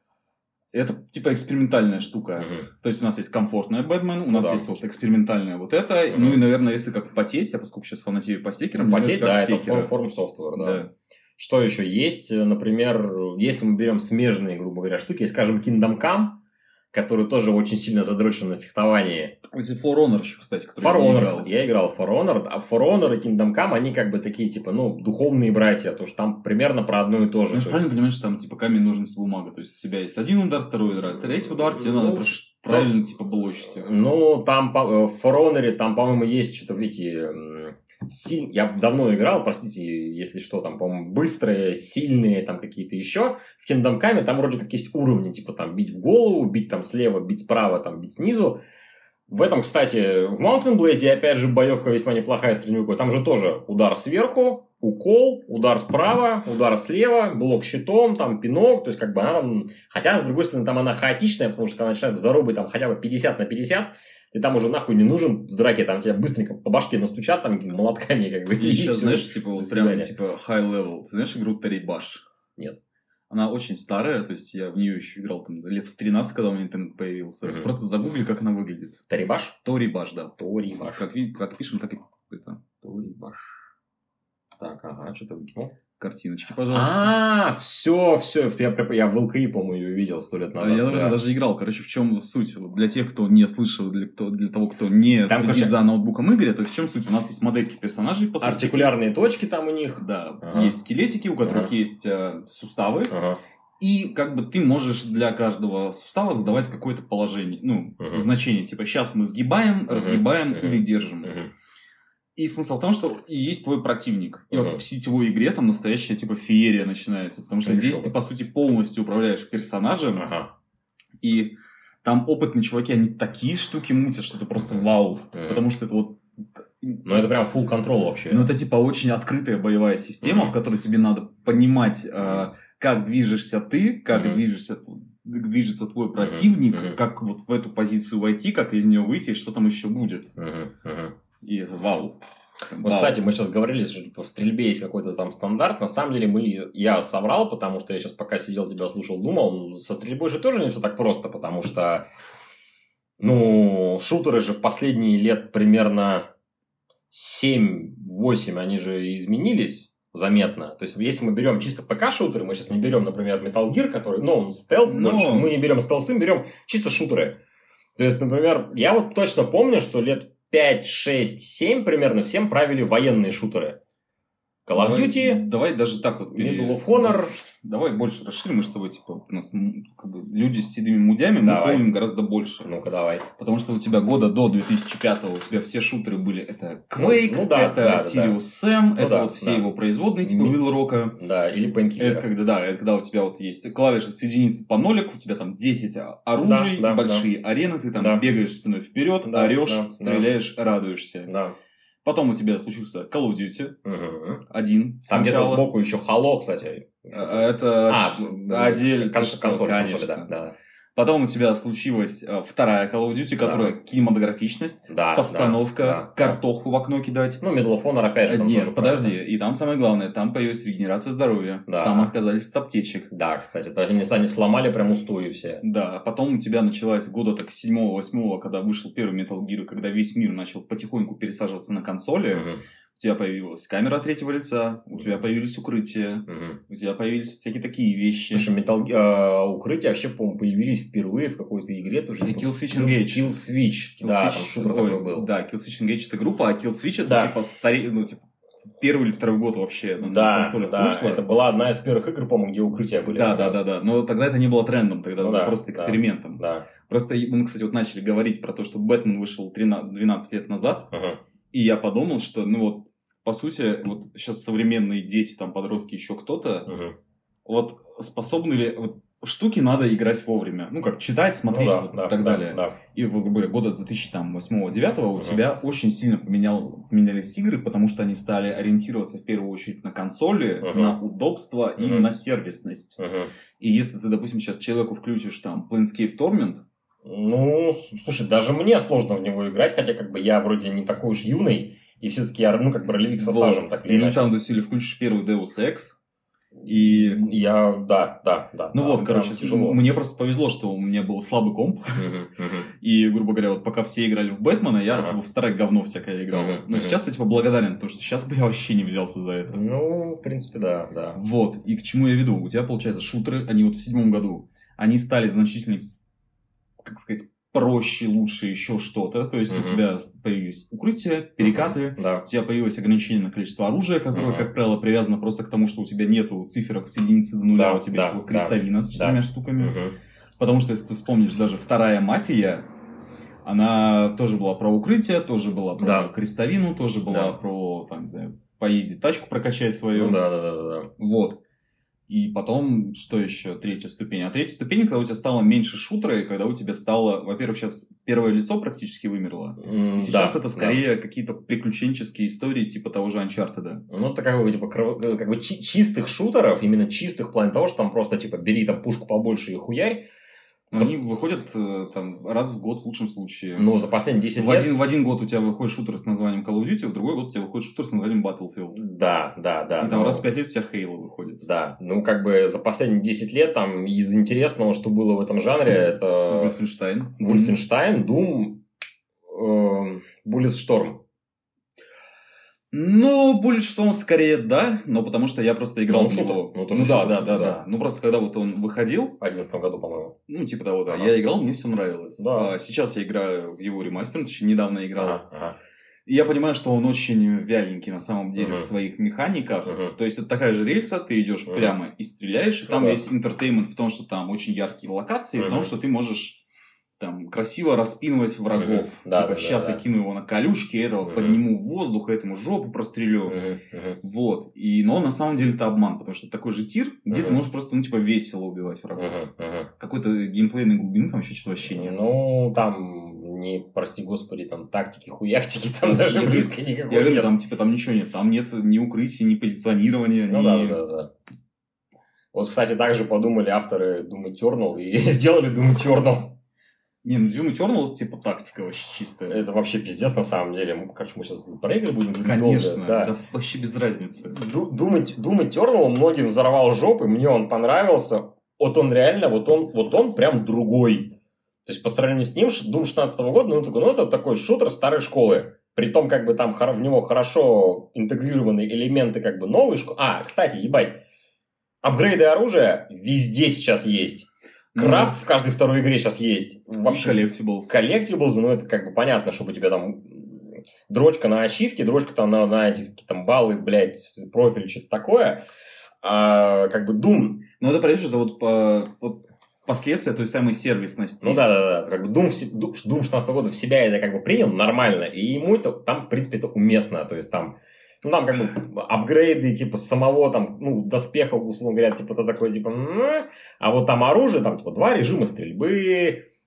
B: Это типа экспериментальная штука.
A: Uh-huh.
B: То есть у нас есть комфортная Бэтмен, у нас
A: да.
B: есть вот экспериментальная вот это. Uh-huh. Ну и, наверное, если как потеть, я поскольку сейчас фанатею по секерам,
A: потеть, да, это
B: секеры.
A: форм софтвер, да.
B: да.
A: Что еще есть? Например, если мы берем смежные, грубо говоря, штуки, скажем, Kingdom Come, который тоже очень сильно задрочен на фехтовании.
B: Если For Honor еще, кстати, который
A: For
B: я
A: Honor,
B: играл.
A: кстати, я играл в For Honor, а For Honor и Kingdom Come, они как бы такие, типа, ну, духовные братья, потому что там примерно про одно и то же.
B: Ну, правильно понимаешь, что там, типа, камень, ножницы, бумага, то есть у тебя есть один удар, второй удар, третий удар, тебе
A: ну,
B: надо просто правильно, типа, блочить.
A: Ну, там в For Honor, там, по-моему, есть что-то, видите... Силь... Я давно играл, простите, если что, там, по-моему, быстрые, сильные, там какие-то еще. В Kingdom Come там вроде как есть уровни, типа там бить в голову, бить там слева, бить справа, там бить снизу. В этом, кстати, в Mountain Blade, опять же, боевка весьма неплохая средневековая. Там же тоже удар сверху, укол, удар справа, удар слева, блок щитом, там пинок. То есть, как бы она там... Хотя, с другой стороны, там она хаотичная, потому что когда начинается зарубы там хотя бы пятьдесят на пятьдесят, ты там уже нахуй не нужен в драке, там тебя быстренько по башке настучат там молотками, как бы.
B: И, и сейчас, знаешь, типа, вот прям, типа, high level. Ты знаешь игру Тарибаш?
A: Нет.
B: Она очень старая, то есть я в нее еще играл там лет в тринадцать, когда у меня интернет появился. Uh-huh. Просто загугли, как она выглядит.
A: Тарибаш?
B: Торибаш, да.
A: Торибаш.
B: Как, как пишем, так и это.
A: Торибаш. Так, ага, что-то выкинул.
B: Картиночки, пожалуйста.
A: А, все, все, я, я в эл ка и, по-моему, ее видел сто лет назад.
B: А я
A: да.
B: даже играл. Короче, в чем суть? Для тех, кто не слышал, для, кто, для того, кто не там, следит короче... за ноутбуком Игоря, то есть в чем суть? У нас есть модельки персонажей. По сути,
A: артикулярные
B: есть...
A: точки там у них.
B: Да,
A: ага.
B: Есть скелетики, у которых ага. есть э, суставы.
A: Ага.
B: И как бы ты можешь для каждого сустава задавать какое-то положение, ну, ага. значение. Типа, сейчас мы сгибаем, ага. разгибаем ага. или держим.
A: Ага.
B: И смысл в том, что есть твой противник. И
A: uh-huh.
B: вот в сетевой игре там настоящая типа феерия начинается. Потому что здесь ты, по сути, полностью управляешь персонажем.
A: Uh-huh.
B: И там опытные чуваки, они такие штуки мутят, что это просто вау. Uh-huh. Потому что это вот...
A: Ну, это прям full control вообще.
B: Ну, это типа очень открытая боевая система, uh-huh. в которой тебе надо понимать,
A: uh-huh.
B: как движешься ты, как uh-huh. движешься... движется твой противник, uh-huh. как вот в эту позицию войти, как из нее выйти, и что там еще будет.
A: Uh-huh. Uh-huh.
B: И это вау.
A: Вот, вау. Кстати, мы сейчас говорили, что в стрельбе есть какой-то там стандарт. На самом деле, мы, я соврал, потому что я сейчас пока сидел, тебя слушал, думал, со стрельбой же тоже не все так просто, потому что, ну, шутеры же в последние лет примерно семь-восемь, они же изменились заметно. То есть, если мы берем чисто ПК-шутеры, мы сейчас не берем, например, Metal Gear, который, ну, он стелс, но... больше, мы не берем стелсы, берем чисто шутеры. То есть, например, я вот точно помню, что лет пять, шесть, семь примерно всем правили военные шутеры. Call of Duty.
B: Давай, давай даже так вот.
A: Medal of Honor.
B: Давай больше расширим, мы с тобой, типа, у нас как бы, люди с седыми мудями, мы
A: давай.
B: помним гораздо больше.
A: Ну-ка, давай.
B: Потому что у тебя года до две тысячи пятого у тебя все шутеры были. Это Quake,
A: ну, ну, да,
B: это
A: да,
B: Serious
A: да.
B: Sam,
A: ну,
B: это
A: да,
B: вот все
A: да.
B: его производные, типа Will Rock.
A: Да, или Painkiller.
B: Это когда, да, это когда у тебя вот есть клавиши соединиться по нолику, у тебя там десять оружий,
A: да, да,
B: большие
A: да.
B: арены, ты там
A: да.
B: бегаешь спиной вперед,
A: да,
B: орешь,
A: да,
B: стреляешь,
A: да.
B: радуешься.
A: Да.
B: Потом у тебя случился Call of Duty.
A: Угу.
B: Один.
A: Там
B: сначала.
A: где-то сбоку еще Halo, кстати.
B: Это
A: а,
B: отдельно.
A: Консоль, консоль,
B: конечно.
A: да, да.
B: Потом у тебя случилась вторая Call of Duty, которая да. кинематографичность, да, постановка, да, да, картоху да. в окно кидать.
A: Ну, Medal of Honor опять же. Там
B: Нет,
A: тоже
B: подожди.
A: правильно.
B: И там самое главное, там появилась регенерация здоровья. Да. Там отказались от аптечек.
A: Да, кстати. Они, они сломали прям устои все.
B: Да, потом у тебя началась года так седьмого-восьмого, когда вышел первый Metal Gear, когда весь мир начал потихоньку пересаживаться на консоли. Угу. У тебя появилась камера третьего лица, у тебя появились укрытия, угу. у тебя появились всякие такие вещи.
A: Слушай, Metal... э, укрытия вообще, по-моему, появились впервые в какой-то игре тоже.
B: Kill Switch Engage.
A: Kill Switch. Kill
B: да,
A: Switch. Там шутер такой был.
B: Да, Kill Switch Engage это группа, а Kill Switch это да. типа старе... ну, типа первый или второй год вообще на
A: да,
B: консолях
A: да,
B: вышло.
A: Это была одна из первых игр, по-моему, где укрытия были.
B: Да, да, да, да. Но тогда это не было трендом, тогда ну, было да, просто экспериментом.
A: Да.
B: Просто мы, кстати, вот начали говорить про то, что Бэтмен вышел тринадцать-двенадцать лет назад,
A: ага.
B: и я подумал, что, ну вот, по сути, вот сейчас современные дети, там, подростки, еще кто-то,
A: угу.
B: вот способны ли... Вот, штуки надо играть вовремя. Ну, как читать, смотреть ну, да, вот, да, и так да, далее.
A: Да.
B: И, вот, грубо говоря, года две тысячи восьмого-девятого у uh-huh. тебя очень сильно поменял, поменялись игры, потому что они стали ориентироваться в первую очередь на консоли, uh-huh. на удобство uh-huh. и на сервисность.
A: Uh-huh.
B: И если ты, допустим, сейчас человеку включишь там Planescape Torment...
A: Ну, слушай, даже мне сложно в него играть, хотя как бы я вроде не такой уж юный, и все-таки я, ну, как бы ролевик со стажем,
B: вот.
A: так или
B: иначе.
A: Или
B: там, то есть, или включишь первый Deus Ex, и
A: я, да, да, да.
B: Ну
A: да,
B: вот, короче,
A: тяжело.
B: Мне просто повезло, что у меня был слабый комп.
A: Uh-huh, uh-huh.
B: И, грубо говоря, вот пока все играли в Бэтмена, я uh-huh. типа в старое говно всякое играл.
A: Uh-huh,
B: Но uh-huh. сейчас я типа благодарен, потому что сейчас бы я вообще не взялся за это.
A: Ну, в принципе, да, да.
B: Вот, и к чему я веду? У тебя, получается, шутеры, они вот в седьмом году, они стали значительно, как сказать, проще, лучше, еще что-то. То есть uh-huh. у тебя появились укрытия, перекаты,
A: uh-huh. да.
B: у тебя появилось ограничение на количество оружия, которое, uh-huh. как правило, привязано просто к тому, что у тебя нету циферок с единицы до нуля,
A: да,
B: у тебя
A: да,
B: есть крестовина
A: да,
B: с четырьмя
A: да.
B: штуками.
A: Uh-huh.
B: Потому что, если ты вспомнишь, даже вторая «Мафия», она тоже была про укрытие, тоже была про
A: да.
B: крестовину, тоже была
A: да.
B: про, там, не знаю, поездить тачку, прокачать свою.
A: Ну, да, да, да, да.
B: Вот. И потом, что еще? Третья ступень. А третья ступень, когда у тебя стало меньше шутера, и когда у тебя стало... Во-первых, сейчас первое лицо практически вымерло.
A: Mm,
B: и сейчас
A: да,
B: это скорее
A: да.
B: какие-то приключенческие истории, типа того же Uncharted.
A: Ну, это как бы, типа, как бы чи- чистых шутеров, именно чистых в плане того, что там просто, типа, бери там пушку побольше и хуярь.
B: За... Они выходят там раз в год в лучшем случае.
A: Ну, за последние десять
B: в
A: лет...
B: Один, в один год у тебя выходит шутер с названием Call of Duty, в другой год у тебя выходит шутер с названием Battlefield.
A: Да, да, да.
B: И там но... раз в пять лет у тебя Halo выходит.
A: Да, ну, как бы за последние десять лет там из интересного, что было в этом жанре, это...
B: Вольфенштайн.
A: Вольфенштайн, Doom, э, Bulletstorm.
B: Ну, Bulletstorm скорее да, но потому что я просто играл
A: ну,
B: в него.
A: Ну,
B: ну да,
A: шутер,
B: да, да, да, да. Ну, просто когда вот он выходил...
A: В одиннадцатом году, по-моему.
B: Ну, типа того, да.
A: Ага.
B: Я играл, мне все нравилось.
A: Да.
B: А сейчас я играю в его ремастер, точнее, недавно играл.
A: Ага, ага.
B: И я понимаю, что он очень вяленький на самом деле uh-huh. в своих механиках.
A: Uh-huh.
B: То есть, это такая же рельса, ты идешь uh-huh. прямо и стреляешь. И там
A: uh-huh.
B: есть интертеймент в том, что там очень яркие локации,
A: uh-huh.
B: в том, что ты можешь там красиво распинывать врагов.
A: Uh-huh. Да,
B: типа,
A: да,
B: сейчас
A: да,
B: я
A: да.
B: кину его на колючки, этого uh-huh. подниму в воздух, этому жопу прострелю.
A: Uh-huh. Uh-huh.
B: Вот. И, но на самом деле это обман, потому что такой же тир, где uh-huh. ты можешь просто, ну, типа, весело убивать врагов.
A: Uh-huh. Uh-huh.
B: Какой-то геймплейной глубины там еще что-то вообще нет.
A: Ну, там... Не, прости господи, там тактики, хуяктики, там даже
B: я
A: близко
B: говорю,
A: никакой
B: Я говорю,
A: нет.
B: там типа там ничего нет, там нет ни укрытия, ни позиционирования,
A: Ну
B: ни...
A: да, да, да. Вот, кстати, также подумали авторы Doom Eternal и сделали Doom Eternal.
B: Не, ну Doom Eternal это типа тактика вообще чистая.
A: Это вообще пиздец на самом деле. Мы, короче, мы сейчас про игры будем говорить
B: Конечно,
A: долго. Да.
B: да вообще без разницы.
A: Doom, Doom Eternal многим взорвал жопы, мне он понравился. Вот он реально, вот он, вот он прям другой. То есть, по сравнению с ним, Doom шестнадцатого года, ну, такой, ну, это такой шутер старой школы. Притом, как бы, там в него хорошо интегрированы элементы, как бы, новой школы. А, кстати, ебать, апгрейды оружия везде сейчас есть. Крафт ну, в каждой второй игре сейчас есть.
B: Вообще, коллектиблс.
A: Коллектиблс, ну, это, как бы, понятно, чтобы у тебя там дрочка на ачивке, дрочка там на, на эти какие-то там баллы, блядь, профиль, что-то такое. А, как бы, Doom...
B: Ну, это, понимаешь, это вот... По, вот... Последствия той самой сервисности.
A: Ну да, да, да. Как бы Doom, Doom шестнадцатого года в себя это как бы принял нормально, и ему это там, в принципе, это уместно. То есть там, ну там как бы апгрейды типа самого там, ну, доспеха, условно говоря, типа то такое, типа, а вот там оружие, там типа два режима стрельбы,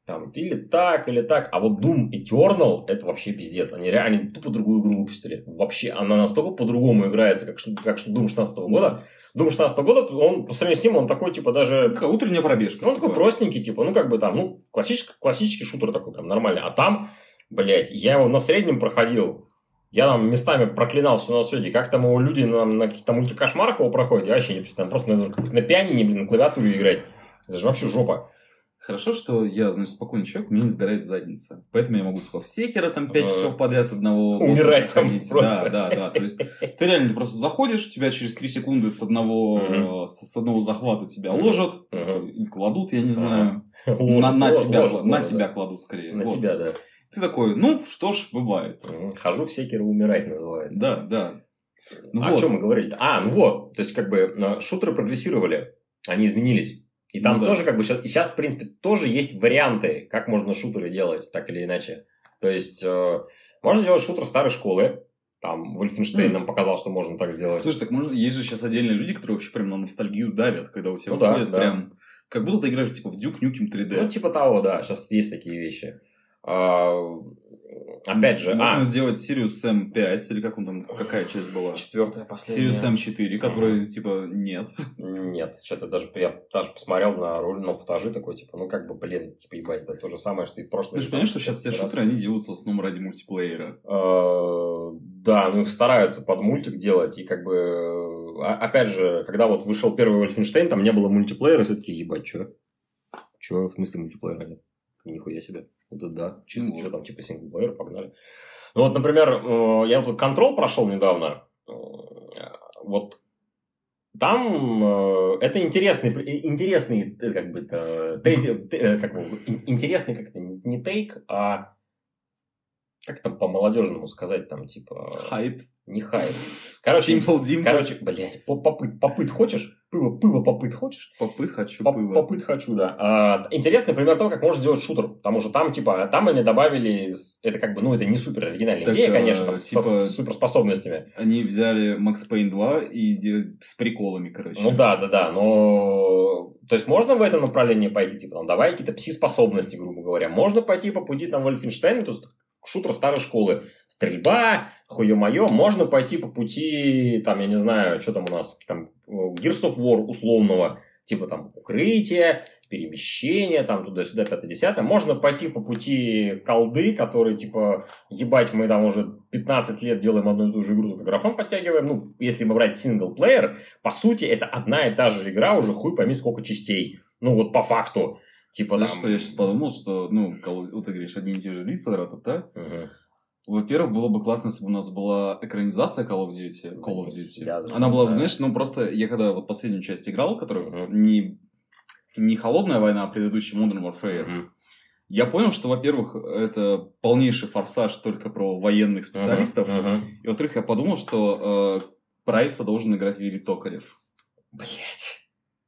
A: Там, или так, или так. А вот Doom Eternal это вообще пиздец. Они реально тупо другую игру выпустили. Вообще, она настолько по-другому играется, как, как Doom шестнадцатого года. Doom шестнадцатого года, он по сравнению с ним, он такой, типа, даже...
B: Такая утренняя пробежка.
A: Он
B: типа.
A: такой простенький, типа, ну, как бы там, ну, классический, классический шутер такой, прям нормальный. А там, блядь, я его на среднем проходил. Я там местами проклинал все на свете. Как там его люди на, на каких-то мультикошмарах его проходят, я вообще не представляю. Просто надо на пианине, блин, на клавиатуре играть. Это же вообще жопа.
B: Хорошо, что я, значит, спокойный человек, мне не сгорает задница. Поэтому я могу, типа, в секера там пять часов подряд одного
A: умирать там
B: Да,
A: просто.
B: да, да. То есть, ты реально ты просто заходишь, тебя через три секунды с одного, mm-hmm. с, с одного захвата тебя mm-hmm. ложат, mm-hmm. или кладут, я не знаю. Mm-hmm. На, на, ложат, тебя, ложат, на ложат, тебя да. кладут скорее.
A: На
B: вот.
A: тебя, да.
B: Ты такой, ну, что ж, бывает.
A: Mm-hmm. Хожу в секера умирать, называется.
B: Да, да.
A: Ну, а вот. О чем мы говорили-то? А, ну вот. То есть, как бы, шутеры прогрессировали, они изменились. И там ну, тоже, да. как бы, сейчас, сейчас, в принципе, тоже есть варианты, как можно шутеры делать, так или иначе. То есть, э, можно делать шутер старой школы. Там, Wolfenstein mm. нам показал, что можно так сделать.
B: Слушай, так можно... есть же сейчас отдельные люди, которые вообще прям на ностальгию давят, когда у тебя
A: ну,
B: выходит
A: да,
B: прям...
A: Да.
B: Как будто ты играешь, типа, в Duke Nukem три дэ.
A: Ну, типа того, да. Сейчас есть такие вещи. А, опять же...
B: Можно
A: а,
B: сделать Sirius Sam пять, или как он там, какая часть была?
A: Четвертая, последняя.
B: Sirius Sam четыре, которая, mm-hmm. типа, нет.
A: Нет, что-то даже... Я даже посмотрел на роль, на футажи такой, типа, ну, как бы, блин, типа, ебать, это то же самое, что и в прошлом.
B: Ты же понимаешь, что сейчас все шутеры, они делаются в основном ради мультиплеера?
A: Да, ну, их стараются под мультик делать, и, как бы... Опять же, когда вот вышел первый Wolfenstein, там не было мультиплеера, все таки ебать, что? Что, в смысле мультиплеера нет? Нихуя себе. Вот это да. Чисто, ну, что там, типа, синглплеер, погнали. Ну, вот, например, я вот Control прошел недавно. Вот там это интересный, интересный, как бы, тези, как бы, интересный, как это, не тейк, а как там по-молодежному сказать, там, типа...
B: Хайп.
A: Не хайп. Короче,
B: Simple Dimple.
A: Короче, блядь, попыт, попыт хочешь? Пыво, пыво, попыт хочешь?
B: Попыт хочу,
A: Поп,
B: пыво.
A: Попыт хочу, да. А, интересный пример того, как можно сделать шутер. Потому что там, типа, там они добавили... Это как бы, ну, это не супер оригинальная так, идея, конечно, там, типа, со, с суперспособностями.
B: Они взяли Max Payne два и с приколами, короче.
A: Ну, да, да, да, но... То есть, можно в этом направлении пойти, типа, там, давай какие-то пси-способности, грубо говоря. Можно пойти по пути, там, Wolfenstein, то есть... Шутер старой школы. Стрельба, хуё-моё. Можно пойти по пути, там, я не знаю, что там у нас, там, Gears of War условного. Типа там укрытие, перемещение, там туда-сюда, пятое-десятое. Можно пойти по пути колды, которые, типа, ебать, мы там уже пятнадцать лет делаем одну и ту же игру, только графон подтягиваем. Ну, если мы брать синглплеер, по сути, это одна и та же игра, уже хуй пойми сколько частей. Ну, вот по факту. Типа,
B: знаешь,
A: там...
B: что я сейчас подумал, что, ну, вот ты говоришь, одни и те же лица, ра-та-та.
A: Угу.
B: Во-первых, было бы классно, если бы у нас была экранизация Call of Duty. Call of Duty. Она была бы, знаешь, ну, просто я когда вот последнюю часть играл, которая угу. не, не холодная война, а предыдущий Modern Warfare, угу. я понял, что, во-первых, это полнейший форсаж только про военных специалистов. Угу. Угу. И, во-вторых, я подумал, что э, Прайса должен играть Вилли Токарев.
A: Блять.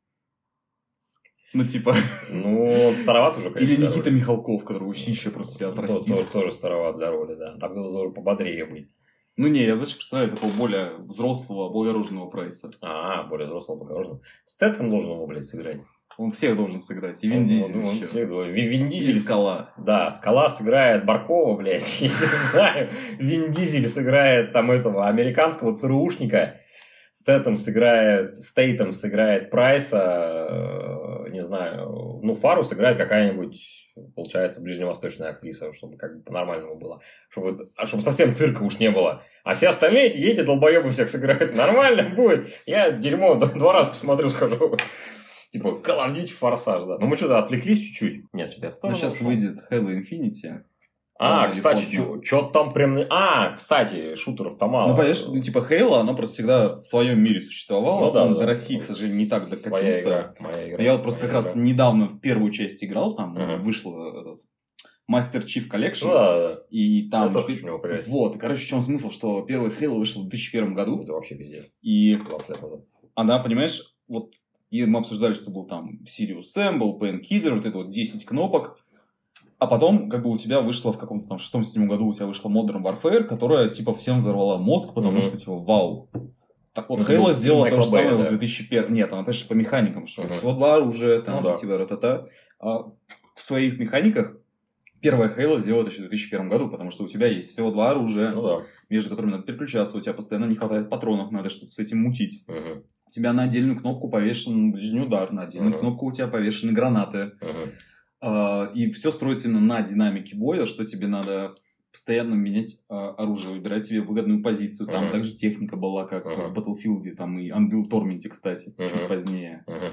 B: Ну, типа...
A: Ну, староват уже, конечно.
B: Или Никита Михалков, который усища просто себя отрастил.
A: Тоже, тоже староват для роли, да. Там кто-то должен пободрее быть.
B: Ну, не, я, знаешь, представляю такого более взрослого, благородного Прайса.
A: А, более взрослого, благородного. Стэтхэм должен его, блядь, сыграть.
B: Он всех должен сыграть. И Вин он, Дизель
A: он, он
B: еще.
A: Всех, Вин Дизель...
B: И Скала.
A: Да, Скала сыграет Баркова, блядь, я не знаю. Вин Дизель сыграет там этого американского ЦРУшника. Стэйтем сыграет, Стейтем сыграет Прайса, не знаю, ну, Фару сыграет какая-нибудь, получается, ближневосточная актриса, чтобы как бы по-нормальному было, чтобы, чтобы совсем цирка уж не было. А все остальные эти, эти долбоебы всех сыграют, нормально будет. Я дерьмо два раза посмотрю, скажу. Типа, Call of Duty Форсаж, да. Ну, мы что-то отвлеклись чуть-чуть. Нет, что-то я в сторону.
B: Ну, сейчас выйдет Halo Infinity.
A: А, кстати, что-то там прям... А, кстати, шутеров-то мало.
B: Ну, понимаешь, ну, типа, Halo, она просто всегда в своем мире существовала.
A: Ну, да,
B: он
A: да,
B: до России, к сожалению, не так докатился.
A: Моя игра, моя игра.
B: Я вот просто как
A: игра.
B: раз недавно в первую часть играл, там uh-huh. вышло этот Master Chief Collection.
A: Ну, да, да.
B: И там...
A: Я тоже хочу в него поиграть.
B: Вот, и, короче, в чем смысл, что первый Halo вышел в две тысячи первом году.
A: Это вообще пиздец.
B: И
A: двадцать лет назад.
B: Она, понимаешь, вот... И мы обсуждали, что был там Sirius Sam, был Painkiller, вот это вот десять кнопок. А потом, как бы, у тебя вышло в каком-то там шестом-седьмом году, у тебя вышла Modern Warfare, которая, типа, всем взорвала мозг, потому mm-hmm. что, типа, вау. Так вот, Halo сделала то же самое да. в две тысячи первом. Нет, она, конечно, по механикам, что mm-hmm. всего два оружия, там, ну, да. типа, ра-та-та. А в своих механиках первая Halo сделала еще в две тысячи первом году, потому что у тебя есть всего два оружия,
A: Ну да.
B: между которыми надо переключаться, у тебя постоянно не хватает патронов, надо что-то с этим мутить.
A: Угу.
B: У тебя на отдельную кнопку повешен ближний удар, на отдельную
A: Мгм.
B: кнопку у тебя повешены гранаты.
A: Угу.
B: А, и все строится именно на динамике боя, что тебе надо постоянно менять а, оружие, выбирать себе выгодную позицию. Там
A: Мгм.
B: также техника была, как
A: Мгм.
B: в Battlefield, там и Unreal Tournament, кстати,
A: Мгм.
B: чуть позднее.
A: Угу.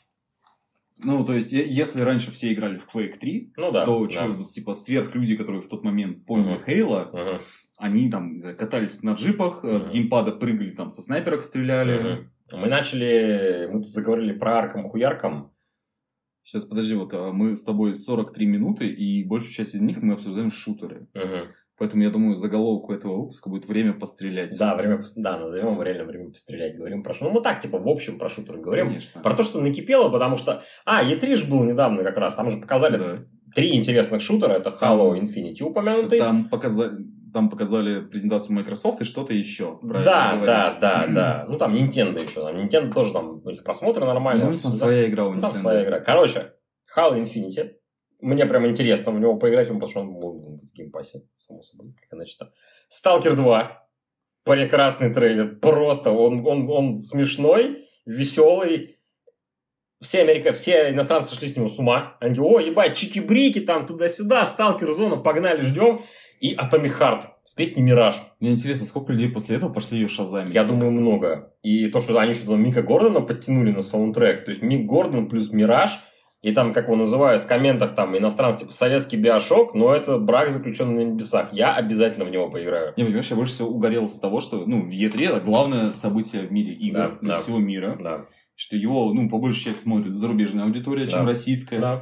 B: Ну, то есть, е- если раньше все играли в Quake три,
A: Ну да.
B: то
A: да.
B: чё, вот, типа сверхлюди, которые в тот момент поняли
A: Мгм.
B: Halo,
A: Угу.
B: они там, не знаю, катались на джипах, э, с
A: Мгм.
B: геймпада прыгали, там со снайперок стреляли.
A: Мгм. Мы начали, мы тут заговорили про Аркам-хуяркам.
B: Сейчас, подожди, вот а, мы с тобой сорок три минуты, и большую часть из них мы обсуждаем шутеры.
A: Угу.
B: Поэтому, я думаю, заголовок у этого выпуска будет «Время пострелять».
A: Да, время, пос- да, назовем его реально время пострелять. Говорим про шутеры. Ну, мы так, типа, в общем про шутеры говорим.
B: Конечно.
A: Про то, что накипело, потому что... А, и три ж был недавно как раз. Там же показали
B: Да.
A: три интересных шутера. Это Halo Infinity упомянутый.
B: Там показали, там показали презентацию Microsoft и что-то еще. правильно
A: Да,
B: говорить.
A: да, да, да. Ну, там Nintendo еще. Там Nintendo тоже там, у них просмотры нормальные.
B: Ну, у них там
A: Да.
B: своя игра у
A: Ну, там
B: Nintendo.
A: своя игра. Короче, Halo Infinity. Мне прям интересно в него поиграть, потому что он был в геймпассе, само собой, как иначе там. Сталкер два. Прекрасный трейлер. Просто он, он, он смешной, веселый. Все, Америка, все иностранцы сошли с него с ума. Они говорят, о, ебать, чики-брики, там туда-сюда, Сталкер зона, погнали, ждем. И Atomic Heart с песней «Мираж».
B: Мне интересно, сколько людей после этого пошли ее шазамить?
A: Я думаю, много. И то, что они что-то Мика Гордона подтянули на саундтрек. То есть Мик Гордон плюс «Мираж». И там, как его называют в комментах, там, иностранцы, типа, советский биошок, но это брак, заключенный на небесах. Я обязательно в него поиграю.
B: Не, понимаешь, я больше всего угорел с того, что, ну, и три это главное событие в мире игр,
A: Да,
B: для
A: да.
B: всего мира.
A: Да.
B: Что его, ну, по большей части смотрит зарубежная аудитория, чем
A: Да.
B: российская.
A: Да,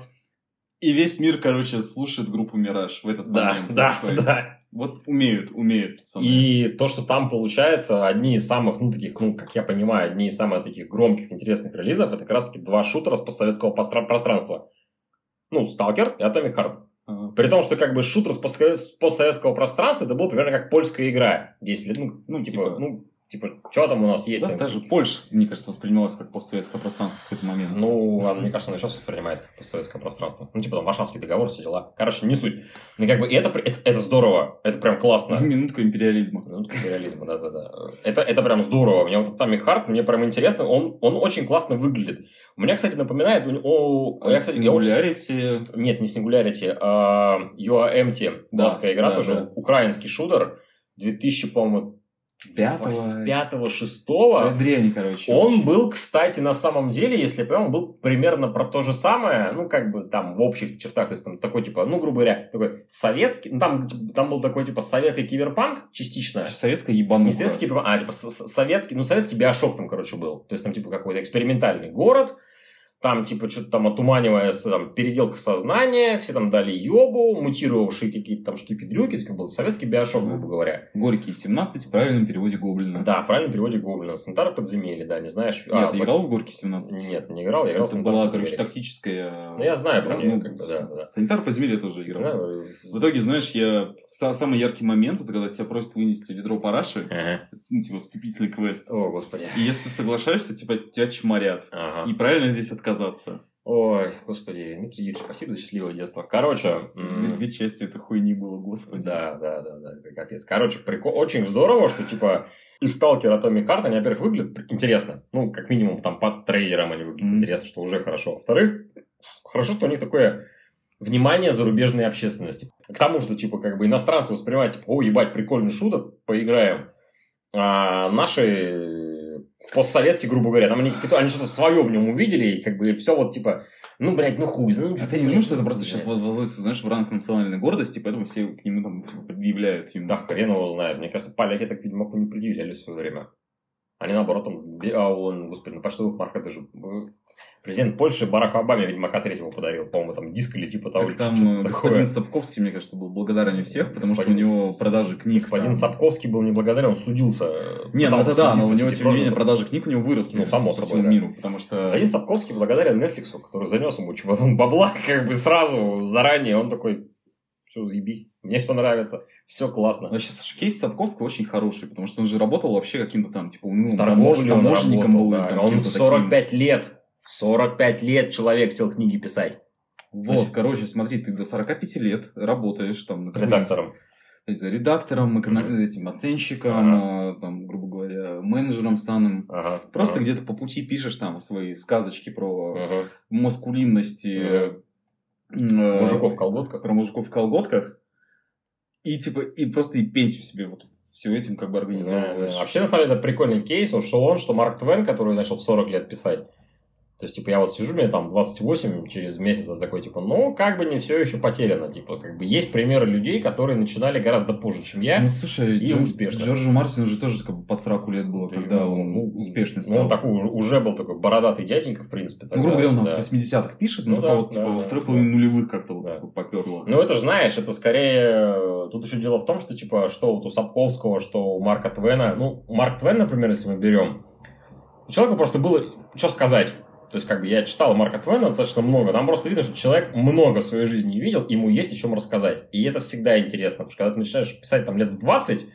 B: И весь мир, короче, слушает группу «Мираж» в этот
A: да,
B: момент.
A: да,
B: Такой,
A: да.
B: Вот умеют, умеют пацаны.
A: И то, что там получается, одни из самых, ну, таких, ну, как я понимаю, одни из самых таких громких, интересных релизов, это как раз-таки два шутера с постсоветского постра- пространства. Ну, Сталкер и Atomic Heart.
B: Ага.
A: При том, что как бы шутер с постсове- с постсоветского пространства, это было примерно как польская игра. десять лет, ну,
B: Ну,
A: типа,
B: типа.
A: ну, типа, что там у нас есть?
B: Да,
A: там?
B: даже Польша, мне кажется, воспринималась как постсоветское пространство в какой-то момент.
A: Ну, ладно, мне кажется, она сейчас воспринимается как постсоветское пространство. Ну, типа, там, Варшавский договор, все дела. Короче, не суть. Ну, как бы, и это, при- это, это здорово. Это прям классно.
B: Минутка империализма.
A: Минутка реализма, да-да-да. Это, это прям здорово. Мне вот Atomic Heart, мне прям интересно. Он, он очень классно выглядит. У меня, кстати, напоминает... О, я, кстати, я очень-
B: Singularity.
A: Нет, не Singularity, а You Are Empty.
B: Да,
A: Гладкая игра
B: да,
A: тоже.
B: да.
A: Украинский шутер. две тысячи, по-моему,
B: Пятого.
A: пятого шестого.
B: Дрянь, короче.
A: Он
B: очень.
A: был, кстати, на самом деле, если я понимаю, он был примерно про то же самое, ну, как бы там в общих чертах, то есть там такой, типа, ну, грубо говоря, такой советский, ну, там, типа, там был такой, типа, советский киберпанк частично.
B: Советская ебануха.
A: Не советский киберпанк, а, типа, с- с- советский, ну, советский биошок там, короче, был. То есть там, типа, какой-то экспериментальный город, там, типа, что-то там отуманиваясь, там, переделка сознания, все там дали ёбу, мутировавшие какие-то там штуки-дрюки, такой был советский биошок,
B: Мгм.
A: грубо говоря.
B: Горький семнадцать в правильном переводе Гоблина.
A: Да, в правильном переводе Гоблина. Санитара подземелья, да, не знаешь.
B: Нет,
A: а,
B: ты
A: за-
B: играл в Горький семнадцать?
A: Нет, не играл, я играл в
B: Это
A: Санитар
B: была,
A: подземелья.
B: короче, тактическая...
A: Ну, я знаю про
B: игра,
A: неё,
B: ну,
A: как бы, да, да.
B: Санитар подземелья тоже играл.
A: Да,
B: В итоге, знаешь, я... са- Самый яркий момент, это когда тебя просят вынести ведро параши,
A: Ага.
B: ну, типа, вступительный квест.
A: О, господи.
B: И если ты соглашаешься, типа, тебя чморят.
A: Ага.
B: И правильно здесь отказаться.
A: Ой, господи, Дмитрий Юрьевич, спасибо за счастливое детство. Короче,
B: Две,
A: м,
B: две части этой хуйни было, господи.
A: да, да, да, да, это капец. Короче, прикол... очень здорово, что, типа, и Сталкер, Atomic Heart, они, во-первых, выглядят интересно. Ну, как минимум, там, под трейлером они выглядят
B: Мгм.
A: интересно, что уже хорошо. Во-вторых, хорошо, что у них такое внимание зарубежной общественности. К тому, что, типа, как бы иностранцы воспринимают, типа, о, ебать, прикольный шутер, поиграем. А наши постсоветские, грубо говоря, там они, какие-то- они что-то свое в нем увидели, и как бы все вот, типа, ну, блядь, ну хуй, ну,
B: А ты не думаешь, что это просто сейчас возводится, знаешь, в ранг национальной гордости, поэтому все к нему там типа, предъявляют ему.
A: Да хрен его знает. Мне кажется, поляки так, видимо, не предъявляли в свое время. Они, наоборот, там, би- а он, господи, на почтовых марках даже... э, Президент Польши Барак Обаме Ведьмака третьего подарил. По-моему, там диск или типа того.
B: Так там
A: что-то
B: э,
A: такое.
B: господин Сапковский, мне кажется, был благодарен всех, потому
A: Господин
B: что у него
A: С-
B: продажи книг...
A: Господин
B: там-
A: Сапковский был неблагодарен, он судился.
B: Не, ну
A: пытался
B: это да, но у
A: судиться
B: него,
A: с
B: тем не менее,
A: Сити
B: продажи книг у него выросли.
A: Ну, само
B: по
A: собой,
B: всему
A: да.
B: миру, потому что...
A: Господин Сапковский благодарен Netflix, который занес ему чего-то бабла, как бы сразу, заранее. Он такой, все, заебись, мне все нравится, все классно.
B: Вообще, слушай, кейс Сапковского очень хороший, потому что он же работал вообще каким-то там, типа, ну,
A: В торговле он
B: таможенником
A: работал,
B: был.
A: да.
B: там,
A: Он
B: кем-то
A: в сорок
B: таким.
A: пять лет, в сорок пять лет человек сел книги писать.
B: Вот, есть... короче, смотри, ты до сорока пяти лет работаешь там...
A: Редактором.
B: Редактором, mm-hmm. этим оценщиком, ага. там, грубо говоря, менеджером санным. Ага. Просто ага. где-то по пути пишешь там свои сказочки про ага. маскулинность. Ага. Э,
A: мужиков в колготках.
B: Про мужиков в колготках. И типа, и просто и пенсию себе вот все этим как бы организовываешь.
A: Да, да. Вообще, на самом деле, это прикольный кейс. Вот что он, что Марк Твен, который начал в сорок лет писать. То есть, типа, я вот сижу, мне там двадцать восемь, через месяц вот такой, типа, ну, как бы не все еще потеряно. Типа, как бы есть примеры людей, которые начинали гораздо позже, чем я.
B: Ну, слушай,
A: и
B: Джо,
A: успешно.
B: Джорджу Мартину же тоже как бы под сороку лет было, да, когда он ну, успешный стал.
A: Ну, он такой уже был такой бородатый дяденька, в принципе. Тогда,
B: ну, грубо говоря, он там
A: да.
B: с восьмидесятых пишет, но ну,
A: да,
B: вот, типа,
A: да,
B: во
A: да,
B: второй
A: да.
B: половине нулевых как-то вот
A: да.
B: типа, поперло.
A: Ну, это же, знаешь, это скорее... Тут еще дело в том, что, типа, что вот у Сапковского, что у Марка Твена... Ну, Марк Твен, например, если мы берем, у человека просто было... Что сказать? То есть, как бы, я читал Марка Твена достаточно много, там просто видно, что человек много в своей жизни видел, ему есть о чем рассказать. И это всегда интересно, потому что когда ты начинаешь писать там лет в двадцать,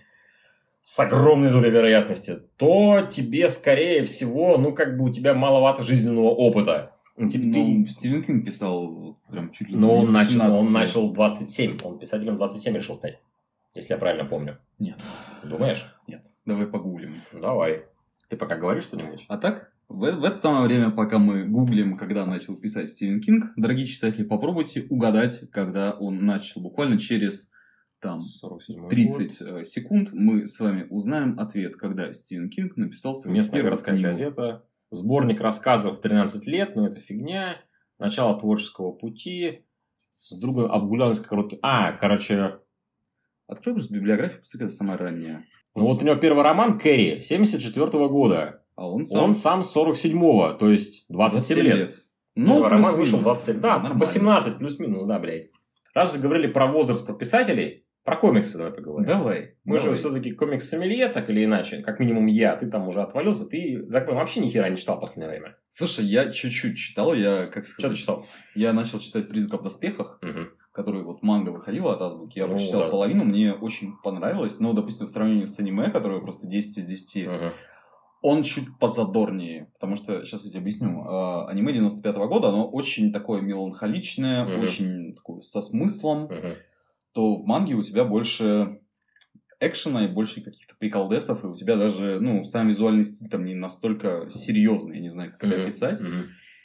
A: с огромной долей вероятности, то тебе, скорее всего, ну, как бы, у тебя маловато жизненного опыта.
B: Ну, типа, ну, ты... Стивен Кинг писал прям чуть ли не
A: Но он начал, он начал в двадцать семь, он писателем в двадцать семь решил стать, если я правильно помню.
B: Нет.
A: Думаешь?
B: Нет. Давай погуглим.
A: Давай. Ты пока говоришь что-нибудь?
B: А так? В, в это самое время, пока мы гуглим, когда начал писать Стивен Кинг, дорогие читатели, попробуйте угадать, когда он начал. Буквально через там, тридцать год. Секунд мы с вами узнаем ответ, когда Стивен Кинг написал свою
A: Местная
B: первую
A: городская
B: книгу.
A: газета. Сборник рассказов в тринадцать лет, но это фигня. Начало творческого пути. С другом обгулялся короткий... А, короче...
B: Открой просто библиографию, посмотри, это самая ранняя.
A: Ну, вот у него первый роман «Кэрри» семьдесят четвёртого года.
B: А он сам...
A: Он сам сорок седьмого, то есть двадцать семь лет. лет. Ну, роман вышел в двадцать семь. Да, нормально. восемнадцать плюс-минус, да, блядь. Раз же говорили про возраст, про писателей, про комиксы давай поговорим.
B: Давай.
A: Мы
B: давай.
A: же все-таки комикс-сомелье, так или иначе. Как минимум я, ты там уже отвалился. Ты, так понимаю, вообще ни хера не читал в последнее время.
B: Слушай, я чуть-чуть читал, я, как сказать...
A: Что ты читал?
B: Я начал читать «Призраков в доспехах», угу. который вот манга выходила от Азбуки. Я
A: ну,
B: прочитал
A: да.
B: половину, мне очень понравилось. Но, допустим, в сравнении с аниме, которое просто десять из десяти... Угу. Он чуть позадорнее, потому что, сейчас я тебе объясню, э, аниме девяносто пятого года, оно очень такое меланхоличное, uh-huh. очень такое со смыслом, uh-huh. то в манге у тебя больше экшена и больше каких-то приколдесов, и у тебя даже, ну, сам визуальный стиль там не настолько серьезный, я не знаю, как uh-huh. это описать. Uh-huh.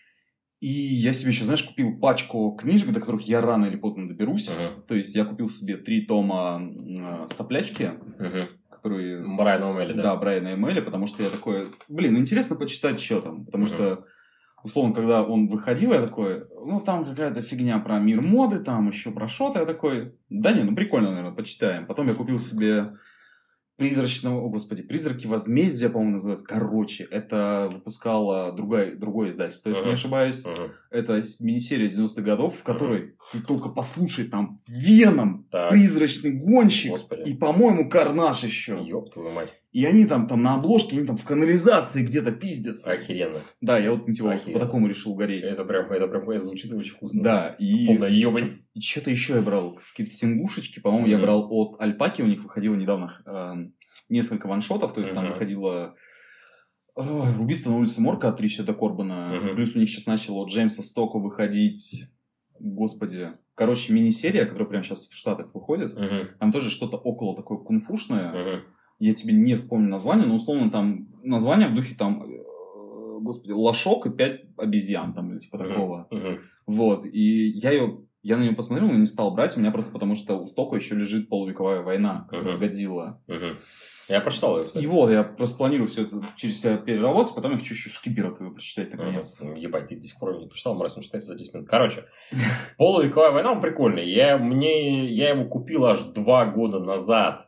B: И я себе еще, знаешь, купил пачку книжек, до которых я рано или поздно доберусь. Uh-huh. То есть, я купил себе три тома э, соплячки, uh-huh. которые...
A: Брайана Омэли, да?
B: Да, Брайана Омэли, потому что я такой, блин, интересно почитать, что там. Потому uh-huh. что, условно, когда он выходил, я такой, ну, там какая-то фигня про мир моды, там еще про что-то. Я такой, да не, ну, прикольно, наверное, почитаем. Потом я купил себе призрачного, о, господи, «Призраки возмездия», по-моему, называется. Короче, это выпускало другое, другое издательство, если uh-huh. не ошибаюсь. Uh-huh. Это мини-серия девяностых годов, в которой uh-huh. ты только послушай, там, Веном, так. Призрачный гонщик, Господи. И, по-моему, Карнаж еще.
A: Ёб твою мать.
B: И они там, там на обложке, они там в канализации где-то пиздятся.
A: Охеренно.
B: Да, я вот на него по такому решил гореть.
A: Это прям, это прям звучит очень вкусно.
B: Да, и...
A: Полная ёбань.
B: И что-то еще я брал, какие-то сингушечки, по-моему, mm-hmm. я брал от Альпаки, у них выходило недавно э, несколько ваншотов, то есть mm-hmm. там выходило э, «Убийство на улице Морка» от Ричарда Корбана, mm-hmm. плюс у них сейчас начало от Джеймса Стока выходить, господи, короче, мини-серия, которая прямо сейчас в Штатах выходит, mm-hmm. там тоже что-то около такое кунг-фушное. Mm-hmm. Я тебе не вспомню название, но условно там название в духе там, э, господи, лошок и пять обезьян там или типа uh-huh. такого. Uh-huh. Вот. И я ее, я на нее посмотрел, но не стал брать. У меня просто потому что у Стока еще лежит «Полувековая война», которая uh-huh. Годзилла.
A: Uh-huh. Я прочитал ее, кстати.
B: И вот, я просто планирую все это через себя переработать, потом я хочу еще Шкипера прочитать наконец.
A: Uh-huh. Ебать, ты до сих пор не прочитал, мразь, он читается за десять минут. Короче, «Полувековая война», он прикольный. Я, мне, я его купил аж два года назад.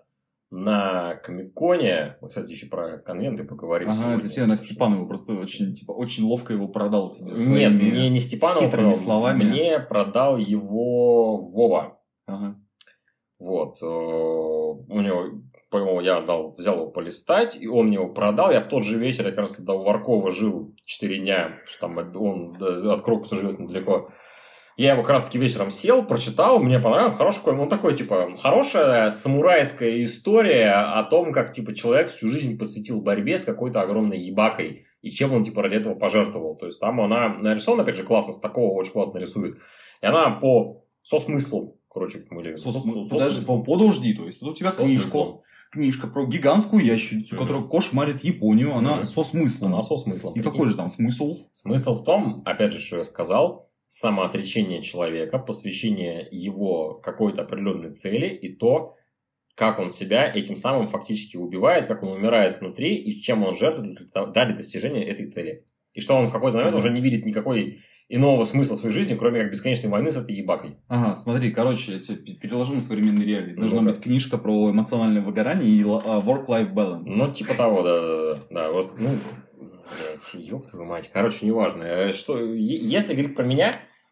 A: На Комик-Коне, мы, кстати, еще про конвенты поговорим.
B: Ага,
A: сегодня.
B: это тебе на Степанова просто очень, типа, очень ловко его продал тебе.
A: Нет, мне не Степанова
B: продал,
A: словами. Мне продал его Вова.
B: Ага.
A: Вот. У него, по-моему, я дал, взял его полистать, и он мне его продал. Я в тот же вечер, я как раз тогда у Варкова жил четыре дня, потому что там он от Крокуса живет недалеко. Я его как раз-таки вечером сел, прочитал, мне понравилось, хороший какой, он такой, типа, хорошая самурайская история о том, как, типа, человек всю жизнь посвятил борьбе с какой-то огромной ебакой, и чем он, типа, ради этого пожертвовал. То есть, там она нарисована, опять же, классно, с такого очень классно рисует. И она по со смыслом, короче, мы
B: со, со, со, подожди, со подожди, то есть тут у тебя со книжка, смыслом. Книжка про гигантскую ящерицу, mm-hmm. которая кошмарит Японию, она mm-hmm. со смыслом.
A: Она со смыслом.
B: И какой же там смысл?
A: Смысл в том, опять же, что я сказал, самоотречение человека, посвящение его какой-то определенной цели и то, как он себя этим самым фактически убивает, как он умирает внутри и чем он жертвует ради достижения этой цели. И что он в какой-то момент mm-hmm. уже не видит никакой иного смысла в своей жизни, кроме как бесконечной войны с этой ебакой.
B: Ага, смотри, короче, я тебе переложу на современные реалии. Должна ну, быть книжка про эмоциональное выгорание и work-life balance.
A: Ну, типа того, да-да-да. Да, вот, ну, блядь, ёб твою мать. Короче, неважно. Что, если говорить про меня...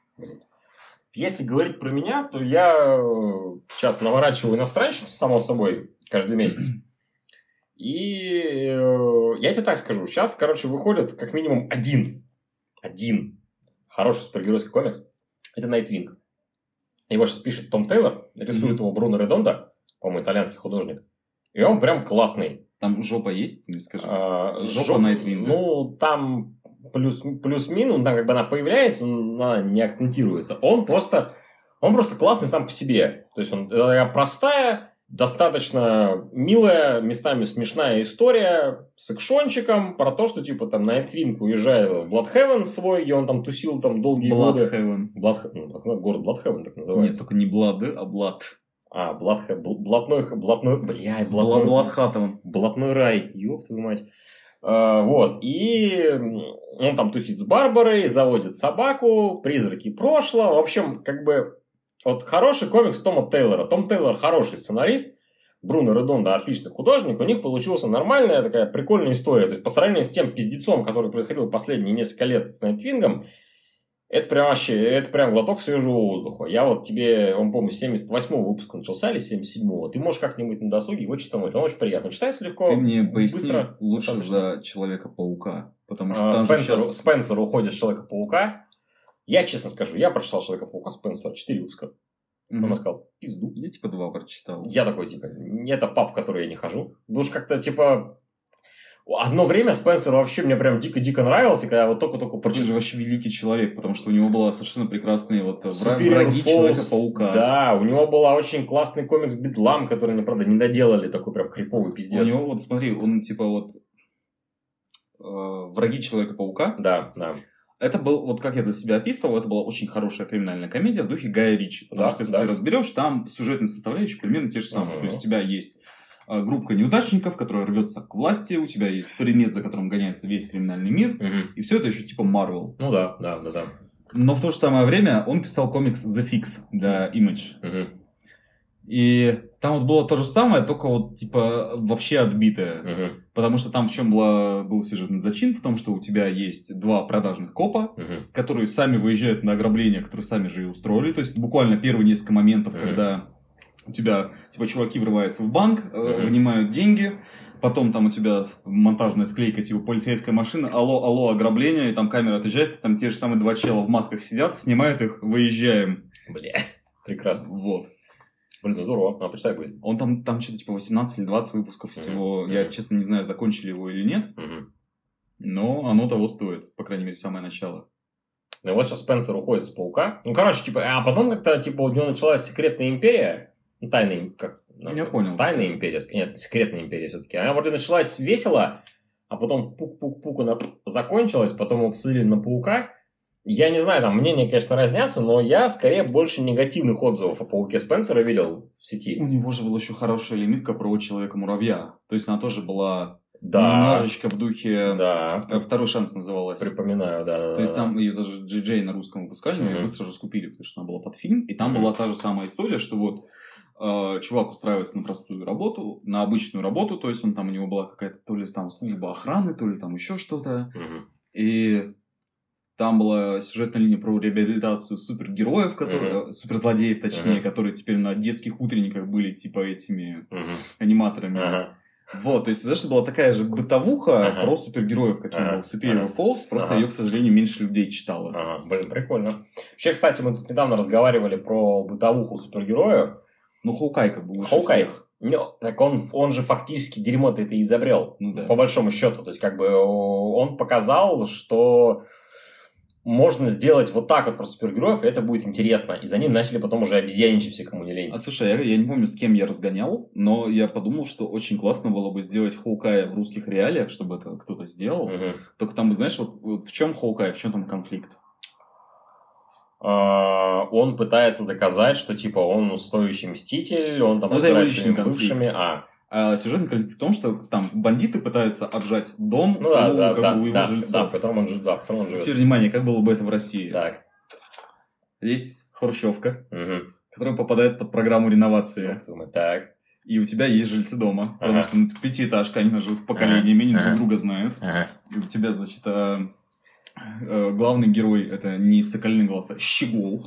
A: Если говорить про меня, то я сейчас наворачиваю иностранщину, само собой, каждый месяц. И я тебе так скажу. Сейчас, короче, выходит как минимум один. Один. Хороший супергеройский комикс. Это Nightwing. Его сейчас пишет Том Тейлор. Рисует mm-hmm. его Бруно Редонда. По-моему, итальянский художник. И он прям классный.
B: Там жопа есть? Не скажи.
A: А, жопа Nightwing. Ну, там... Плюс, плюс-минус, там как бы она появляется, но она не акцентируется. Он просто, он просто классный сам по себе. То есть, он такая простая, достаточно милая, местами смешная история с экшончиком про то, что, типа, там, Nightwing уезжает в Bloodhaven свой, и он там тусил там долгие годы.
B: Bloodhaven.
A: Bloodhaven. Ну, город Bloodhaven так называется.
B: Нет, только не Blood, а Blood.
A: А, Bloodhaven. Блатной, блатной, блядь, блатной.
B: Bloodhaven.
A: Блатной рай. Ёб твою мать. Uh, вот, и он там тусит с Барбарой, заводит собаку, призраки прошлого. В общем, как бы, вот хороший комикс Тома Тейлора. Том Тейлор хороший сценарист, Бруно Редонда отличный художник. У них получилась нормальная такая прикольная история. То есть, по сравнению с тем пиздецом, который происходил последние несколько лет с Найтвингом, это прям вообще, это прям глоток свежего воздуха. Я вот тебе, он, по-моему, с семьдесят восьмого выпуска начался или семьдесят седьмого. Ты можешь как-нибудь на досуге его читануть. Он очень приятно читается, легко.
B: Ты мне поясни
A: быстро,
B: лучше достаточно. За Человека-паука. Потому что
A: а,
B: там
A: Спенсер,
B: сейчас...
A: Спенсер уходит с Человека-паука. Я честно скажу, я прочитал Человека-паука Спенсера четыре выпуска. Mm-hmm. Он сказал, пизду.
B: Я типа два прочитал.
A: Я такой, типа, это пап, в который я не хожу. Потому что как-то, типа... Одно время Спенсер вообще мне прям дико-дико нравился, когда я вот только-только
B: прочитал. Он же вообще великий человек, потому что у него была совершенно прекрасные вот враги
A: Фолз,
B: Человека-паука.
A: Да, у него был очень классный комикс Бедлам, который они, правда, не доделали, такой прям криповый пиздец.
B: У него вот, смотри, он типа вот э, враги Человека-паука.
A: Да, да.
B: Это был, вот как я для себя описывал, это была очень хорошая криминальная комедия в духе Гая Ричи. Потому
A: да,
B: что, если
A: да.
B: ты разберешь, там сюжетные составляющие примерно те же самые. Uh-huh. То есть, у тебя есть группа неудачников, которая рвется к власти, у тебя есть предмет, за которым гоняется весь криминальный мир,
A: uh-huh.
B: и все это еще типа Марвел.
A: Ну да, да, да, да.
B: Но в то же самое время он писал комикс The Fix для Image.
A: Uh-huh.
B: И там вот было то же самое, только вот типа вообще отбитое.
A: Uh-huh.
B: Потому что там в чем была, был сюжетный зачин? В том, что у тебя есть два продажных копа,
A: uh-huh.
B: которые сами выезжают на ограбление, которые сами же и устроили. То есть буквально первые несколько моментов, uh-huh. когда у тебя типа чуваки врываются в банк, uh-huh. вынимают деньги, потом там у тебя монтажная склейка, типа полицейская машина, алло, алло, ограбление, и там камера отъезжает, там те же самые два чела в масках сидят, снимают их, выезжаем.
A: Бля, прекрасно.
B: Вот.
A: Блин, здорово, а почитай будет.
B: Он там, там что-то типа восемнадцать или двадцать выпусков всего. Uh-huh. Я, честно, не знаю, закончили его или нет.
A: Uh-huh.
B: Но оно того стоит. По крайней мере, самое начало.
A: Ну и вот сейчас Спенсер уходит с Паука. Ну, короче, типа, а потом как-то, типа, у него началась секретная империя. Ну, тайная, как...
B: Я понял.
A: Тайная империя. Нет, секретная империя все-таки. Она вроде началась весело, а потом пук-пук-пук она закончилась, потом его посадили на Паука. Я не знаю, там мнения, конечно, разнятся, но я скорее больше негативных отзывов о Пауке Спенсера видел в сети.
B: У него же была еще хорошая лимитка про Человека-муравья. То есть она тоже была
A: да.
B: немножечко в духе...
A: Да.
B: «Второй шанс» называлась.
A: Припоминаю, да.
B: То
A: да,
B: есть
A: да.
B: там ее даже джей джей на русском выпускали, но mm-hmm. ее быстро же скупили, потому что она была под фильм. И там mm-hmm. была та же самая история, что вот э, чувак устраивается на простую работу, на обычную работу, то есть он там, у него была какая-то то ли там служба охраны, то ли там еще что-то.
A: Mm-hmm.
B: И... Там была сюжетная линия про реабилитацию супергероев, которые, uh-huh. суперзлодеев, точнее, uh-huh. которые теперь на детских утренниках были типа этими uh-huh. аниматорами. Uh-huh. Вот, то есть, знаешь, была такая же бытовуха uh-huh. про супергероев, каким uh-huh. был Superior uh-huh. Falls, просто uh-huh. ее, к сожалению, меньше людей читало.
A: Uh-huh. Блин, прикольно. Вообще, кстати, мы тут недавно разговаривали про бытовуху супергероев.
B: Ну, Хоукай как бы лучше
A: Хоукай.
B: всех.
A: Ну, так он, он же фактически дерьмо-то это изобрел,
B: ну, да.
A: по большому счету. То есть, как бы, он показал, что... можно сделать вот так вот про супергероев, и это будет интересно. И за ним начали потом уже обезьяничать все, кому не лень.
B: А слушай, я, я не помню, с кем я разгонял, но я подумал, что очень классно было бы сделать Хоукая в русских реалиях, чтобы это кто-то сделал.
A: Угу.
B: Только там, знаешь, вот, вот в чем Хоукай, в чем там конфликт?
A: Uh, он пытается доказать, что типа он стоящий мститель, он там
B: разбирается с своими бывшими.
A: А.
B: А сюжетный конфликт в том, что там бандиты пытаются отжать дом
A: ну, да,
B: у,
A: да,
B: как
A: да,
B: бы, у его
A: да,
B: жильцов.
A: Да, в котором он, да, в котором он живет.
B: Теперь внимание, как было бы это в России.
A: Так.
B: Есть хрущевка,
A: угу.
B: которая попадает под программу реновации.
A: Так.
B: И у тебя есть жильцы дома,
A: ага.
B: потому что ну, пятиэтажка, они живут поколениями, они
A: ага.
B: друг друга знают.
A: Ага.
B: И у тебя, значит, а, а, главный герой, это не Соколиный Глаз, а Щегол,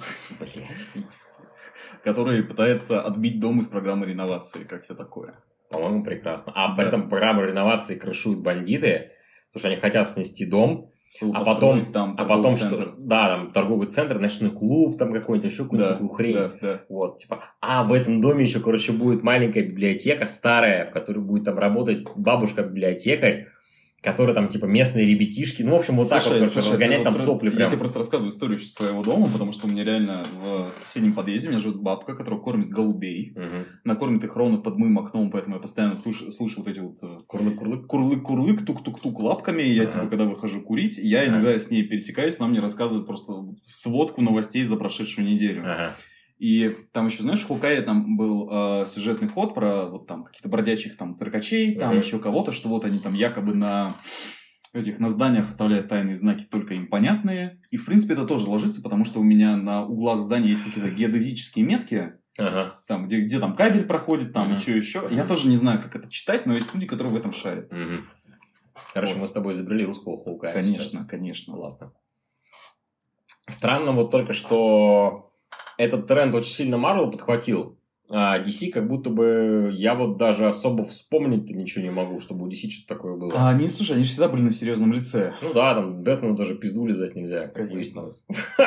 B: который пытается отбить дом из программы реновации. Как тебе такое?
A: По-моему, прекрасно. А при этом программу реновации крышуют бандиты, потому что они хотят снести дом, а потом,
B: там
A: а потом
B: центр.
A: что, да, там торговый центр, ночной клуб, там какой-нибудь еще какую-то
B: да,
A: такую хрень.
B: Да, да.
A: Вот, типа, а в этом доме еще, короче, будет маленькая библиотека старая, в которой будет там работать бабушка-библиотекарь, которые там, типа, местные ребятишки. Ну, в общем, вот слушай, так вот, короче, слушай, разгонять там вот, сопли
B: я
A: прям.
B: Я тебе просто рассказываю историю сейчас своего дома, потому что у меня реально в соседнем подъезде у меня живет бабка, которая кормит голубей.
A: Угу.
B: Она кормит их ровно под моим окном, поэтому я постоянно слушаю, слушаю вот эти вот курлык-курлык, курлык-курлык, тук-тук-тук лапками. И я, ага. типа, когда выхожу курить, я ага. иногда с ней пересекаюсь, она мне рассказывает просто сводку новостей за прошедшую неделю.
A: Ага.
B: И там еще, знаешь, в Хоккае там был э, сюжетный ход про вот там каких-то бродячих там циркачей, там угу. еще кого-то, что вот они там якобы на... этих на зданиях вставляют тайные знаки, только им понятные. И, в принципе, это тоже ложится, потому что у меня на углах здания есть какие-то геодезические метки,
A: ага.
B: там, где, где там кабель проходит, там, ага. и что еще. Ага. Я тоже не знаю, как это читать, но есть люди, которые в этом шарят.
A: Угу. Хорошо, вот. Мы с тобой изобрели русского Хоукая.
B: Конечно,
A: сейчас.
B: Конечно.
A: Классно. Странно вот только, что этот тренд очень сильно Marvel подхватил. А ди си как будто бы я вот даже особо вспомнить-то ничего не могу, чтобы у ди си что-то такое было.
B: А, не, слушай, они же всегда были на серьезном лице.
A: Ну да, там Бэтмену даже пизду лизать нельзя, как выяснилось.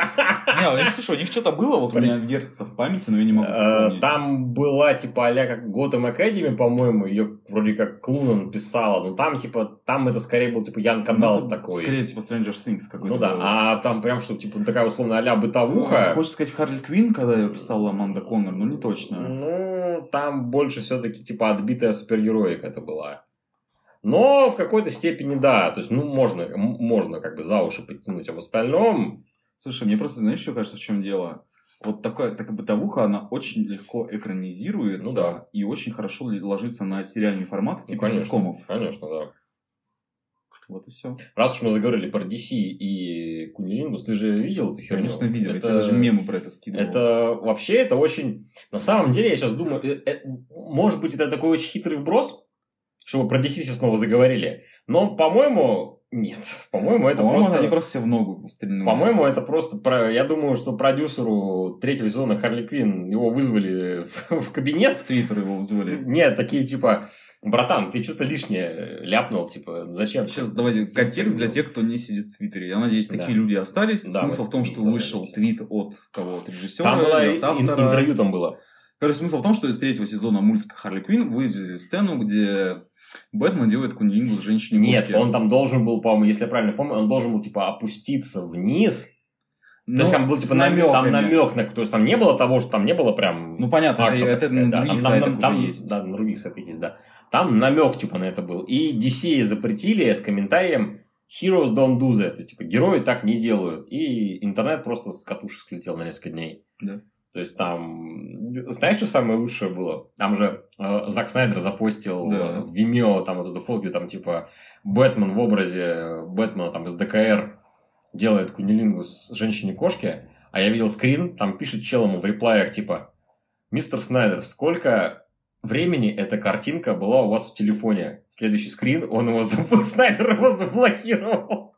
B: Не, слушай, у них что-то было, вот у меня вертится в памяти, но я не могу вспомнить.
A: Там была типа а-ля как Gotham Academy, по-моему, ее вроде как Клунан писала, но там типа, там это скорее был типа Ян Кандал такой.
B: Скорее типа Stranger Things какой-то.
A: Ну да, а там прям что типа такая условно а-ля бытовуха.
B: Хочешь сказать Харли Квинн, когда ее писала Аманда Коннор, но не точно.
A: Ну, там больше все-таки типа отбитая супергероика это была. Но в какой-то степени да. То есть, ну, можно, можно как бы за уши подтянуть. А в остальном...
B: Слушай, мне просто, знаешь, что кажется, в чем дело? Вот такая, такая бытовуха, она очень легко экранизируется.
A: Ну, да.
B: И очень хорошо ложится на сериальный формат, типа
A: ну, конечно,
B: ситкомов.
A: Конечно, да.
B: Вот и все.
A: Раз уж мы заговорили про ди си и Кунилингус, ты же видел эту херню?
B: Конечно, видел.
A: Это...
B: Я тебе даже мемы про это скидывал.
A: Это вообще, это очень... На самом деле, я сейчас думаю, это... может быть, это такой очень хитрый вброс, чтобы про ди си все снова заговорили. Но, по-моему, нет. По-моему, это
B: по-моему,
A: просто...
B: они просто все в ногу стрельнули.
A: По-моему, это просто... Про... Я думаю, что продюсеру третьего сезона Харли Квинн его вызвали в кабинет.
B: В Твиттер его вызвали.
A: Нет, такие типа... Братан, ты что-то лишнее ляпнул, типа, зачем?
B: Сейчас давайте контекст для тех, кто не сидит в Твиттере. Я надеюсь, такие да. люди остались. Да, смысл в том, что вышел твит от кого-то режиссера.
A: Там было и, автора. Интервью там было.
B: Короче, смысл в том, что из третьего сезона мультика Харли Квинн выделили сцену, где Бэтмен делает кунилингус женщине-кошке.
A: Нет, он там должен был, по-моему, если я правильно помню, он должен был, типа, опуститься вниз.
B: Но
A: то есть там был типа намек, там намек на, то есть там не было того, что там не было прям.
B: Ну понятно,
A: акта,
B: это, это на
A: да,
B: других
A: там,
B: сайтах
A: там,
B: уже
A: там,
B: есть.
A: Да, на других сайтах есть, да. Там намек типа на это был. И ди си запретили с комментарием Heroes don't do that. То есть, типа, герои так не делают. И интернет просто с катушек слетел на несколько дней.
B: Да.
A: То есть там... Знаешь, что самое лучшее было? Там же э, Зак Снайдер запостил да. в Vimeo там вот эту фотку, там типа Бэтмен в образе Бэтмена там из ДК Р делает кунилингус женщине-кошке. А я видел скрин, там пишет чел ему в реплаях, типа, мистер Снайдер, сколько времени эта картинка была у вас в телефоне? Следующий скрин, он его, Снайдер его заблокировал.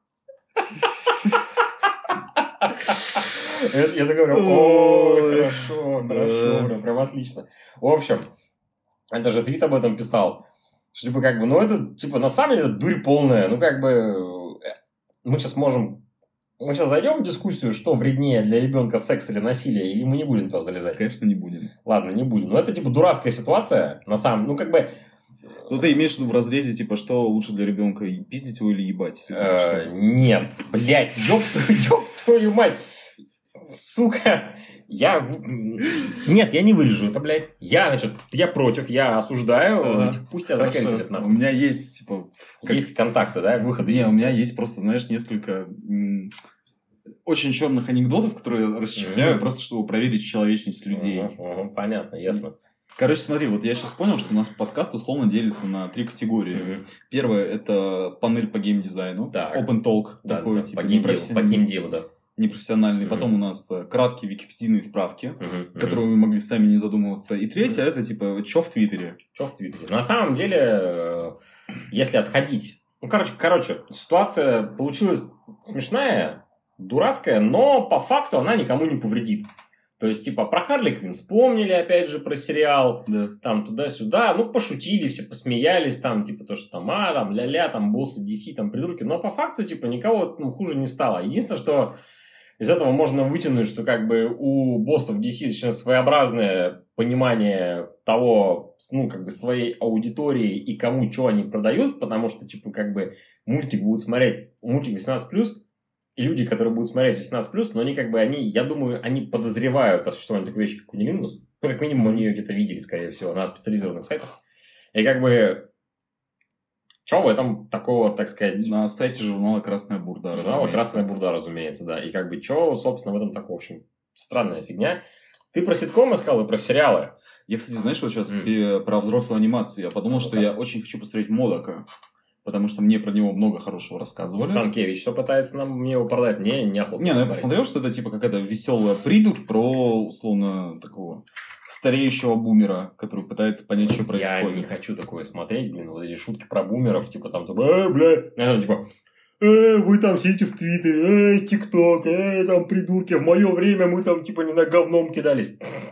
A: Я такой, о, хорошо, хорошо, прям отлично. В общем, это же твит об этом писал, что, типа, как бы, ну, это, типа, на самом деле, дурь полная, ну, как бы, мы сейчас можем Мы сейчас зайдем в дискуссию, что вреднее для ребенка секс или насилие, или мы не будем туда залезать?
B: Конечно, не будем.
A: Ладно, не будем. Но это типа дурацкая ситуация, на самом... Ну, как бы...
B: Ну, ты имеешь в виду в разрезе, типа, что лучше для ребенка, пиздить его или ебать?
A: Э, нет, блядь, ёб твою, ёб твою мать. Сука. Я... Нет, я не вырежу это, блядь. Я, значит, я против, я осуждаю.
B: Ага.
A: Пусть тебя заканчивают,
B: У
A: нахуй.
B: меня есть, типа... как-
A: Есть контакты, да, выходы.
B: Не, у меня есть просто, знаешь, несколько м, очень черных анекдотов, которые я расчехляю,
A: Мгм.
B: просто чтобы проверить человечность людей.
A: Мгм, мгм, понятно, ясно.
B: Короче, смотри, вот я сейчас понял, что у нас подкаст условно делится на три категории.
A: Мгм.
B: Первое – это панель по геймдизайну,
A: Так.
B: open talk,
A: Да,
B: такой,
A: да,
B: типа,
A: по геймдеву,
B: непрофесси-
A: по геймдеву, да.
B: непрофессиональный.
A: Мгм.
B: Потом у нас э, краткие википедийные справки,
A: Мгм,
B: которые мы могли сами не задумываться. И третье – это, типа, что в Твиттере.
A: Что в Твиттере? На самом деле, э, если отходить... Ну, короче, короче, ситуация получилась смешная, дурацкая, но по факту она никому не повредит. То есть, типа, про Харли Квинн вспомнили, опять же, про сериал,
B: Да.
A: там, туда-сюда, ну, пошутили, все посмеялись, там, типа, то, что там, а, там, ля-ля, там, боссы ди си, там, придурки, но по факту, типа, никого от этого хуже не стало. Единственное, что из этого можно вытянуть, что, как бы, у боссов ди си очень своеобразное понимание того, ну, как бы, своей аудитории и кому что они продают, потому что, типа, как бы, мультик будут смотреть, мультик восемнадцать плюс, и люди, которые будут смотреть восемнадцать плюс, но они, как бы, они, я думаю, они подозревают о существовании такой вещи, как кунилингус. Ну, как минимум, они ее где-то видели, скорее всего, на специализированных сайтах. И, как бы, что в этом такого, так сказать,
B: На сайте журнала «Красная бурда».
A: журнала
B: разумеется.
A: «Красная бурда», разумеется, да. И, как бы, что, собственно, в этом такого, в общем, странная фигня. Ты про ситкомы сказал и про сериалы.
B: Я, кстати, знаешь, вот сейчас
A: М.
B: про взрослую анимацию. Я подумал,
A: Ну,
B: что
A: да.
B: я очень хочу посмотреть Модока. Потому что мне про него много хорошего рассказывали.
A: Станкевич, что пытается нам мне его продать? Мне неохота.
B: Не, ну я
A: смотреть.
B: посмотрел, что это типа какая-то веселая придурь про, условно, такого стареющего бумера, который пытается понять, что
A: Я
B: происходит.
A: не хочу такое смотреть, блин, вот эти шутки про бумеров, типа там, типа, э, бля, наверное, типа, э, вы там сидите в Твиттере, э, ТикТок, э, там, придурки, в мое время мы там, типа, не на говном кидались.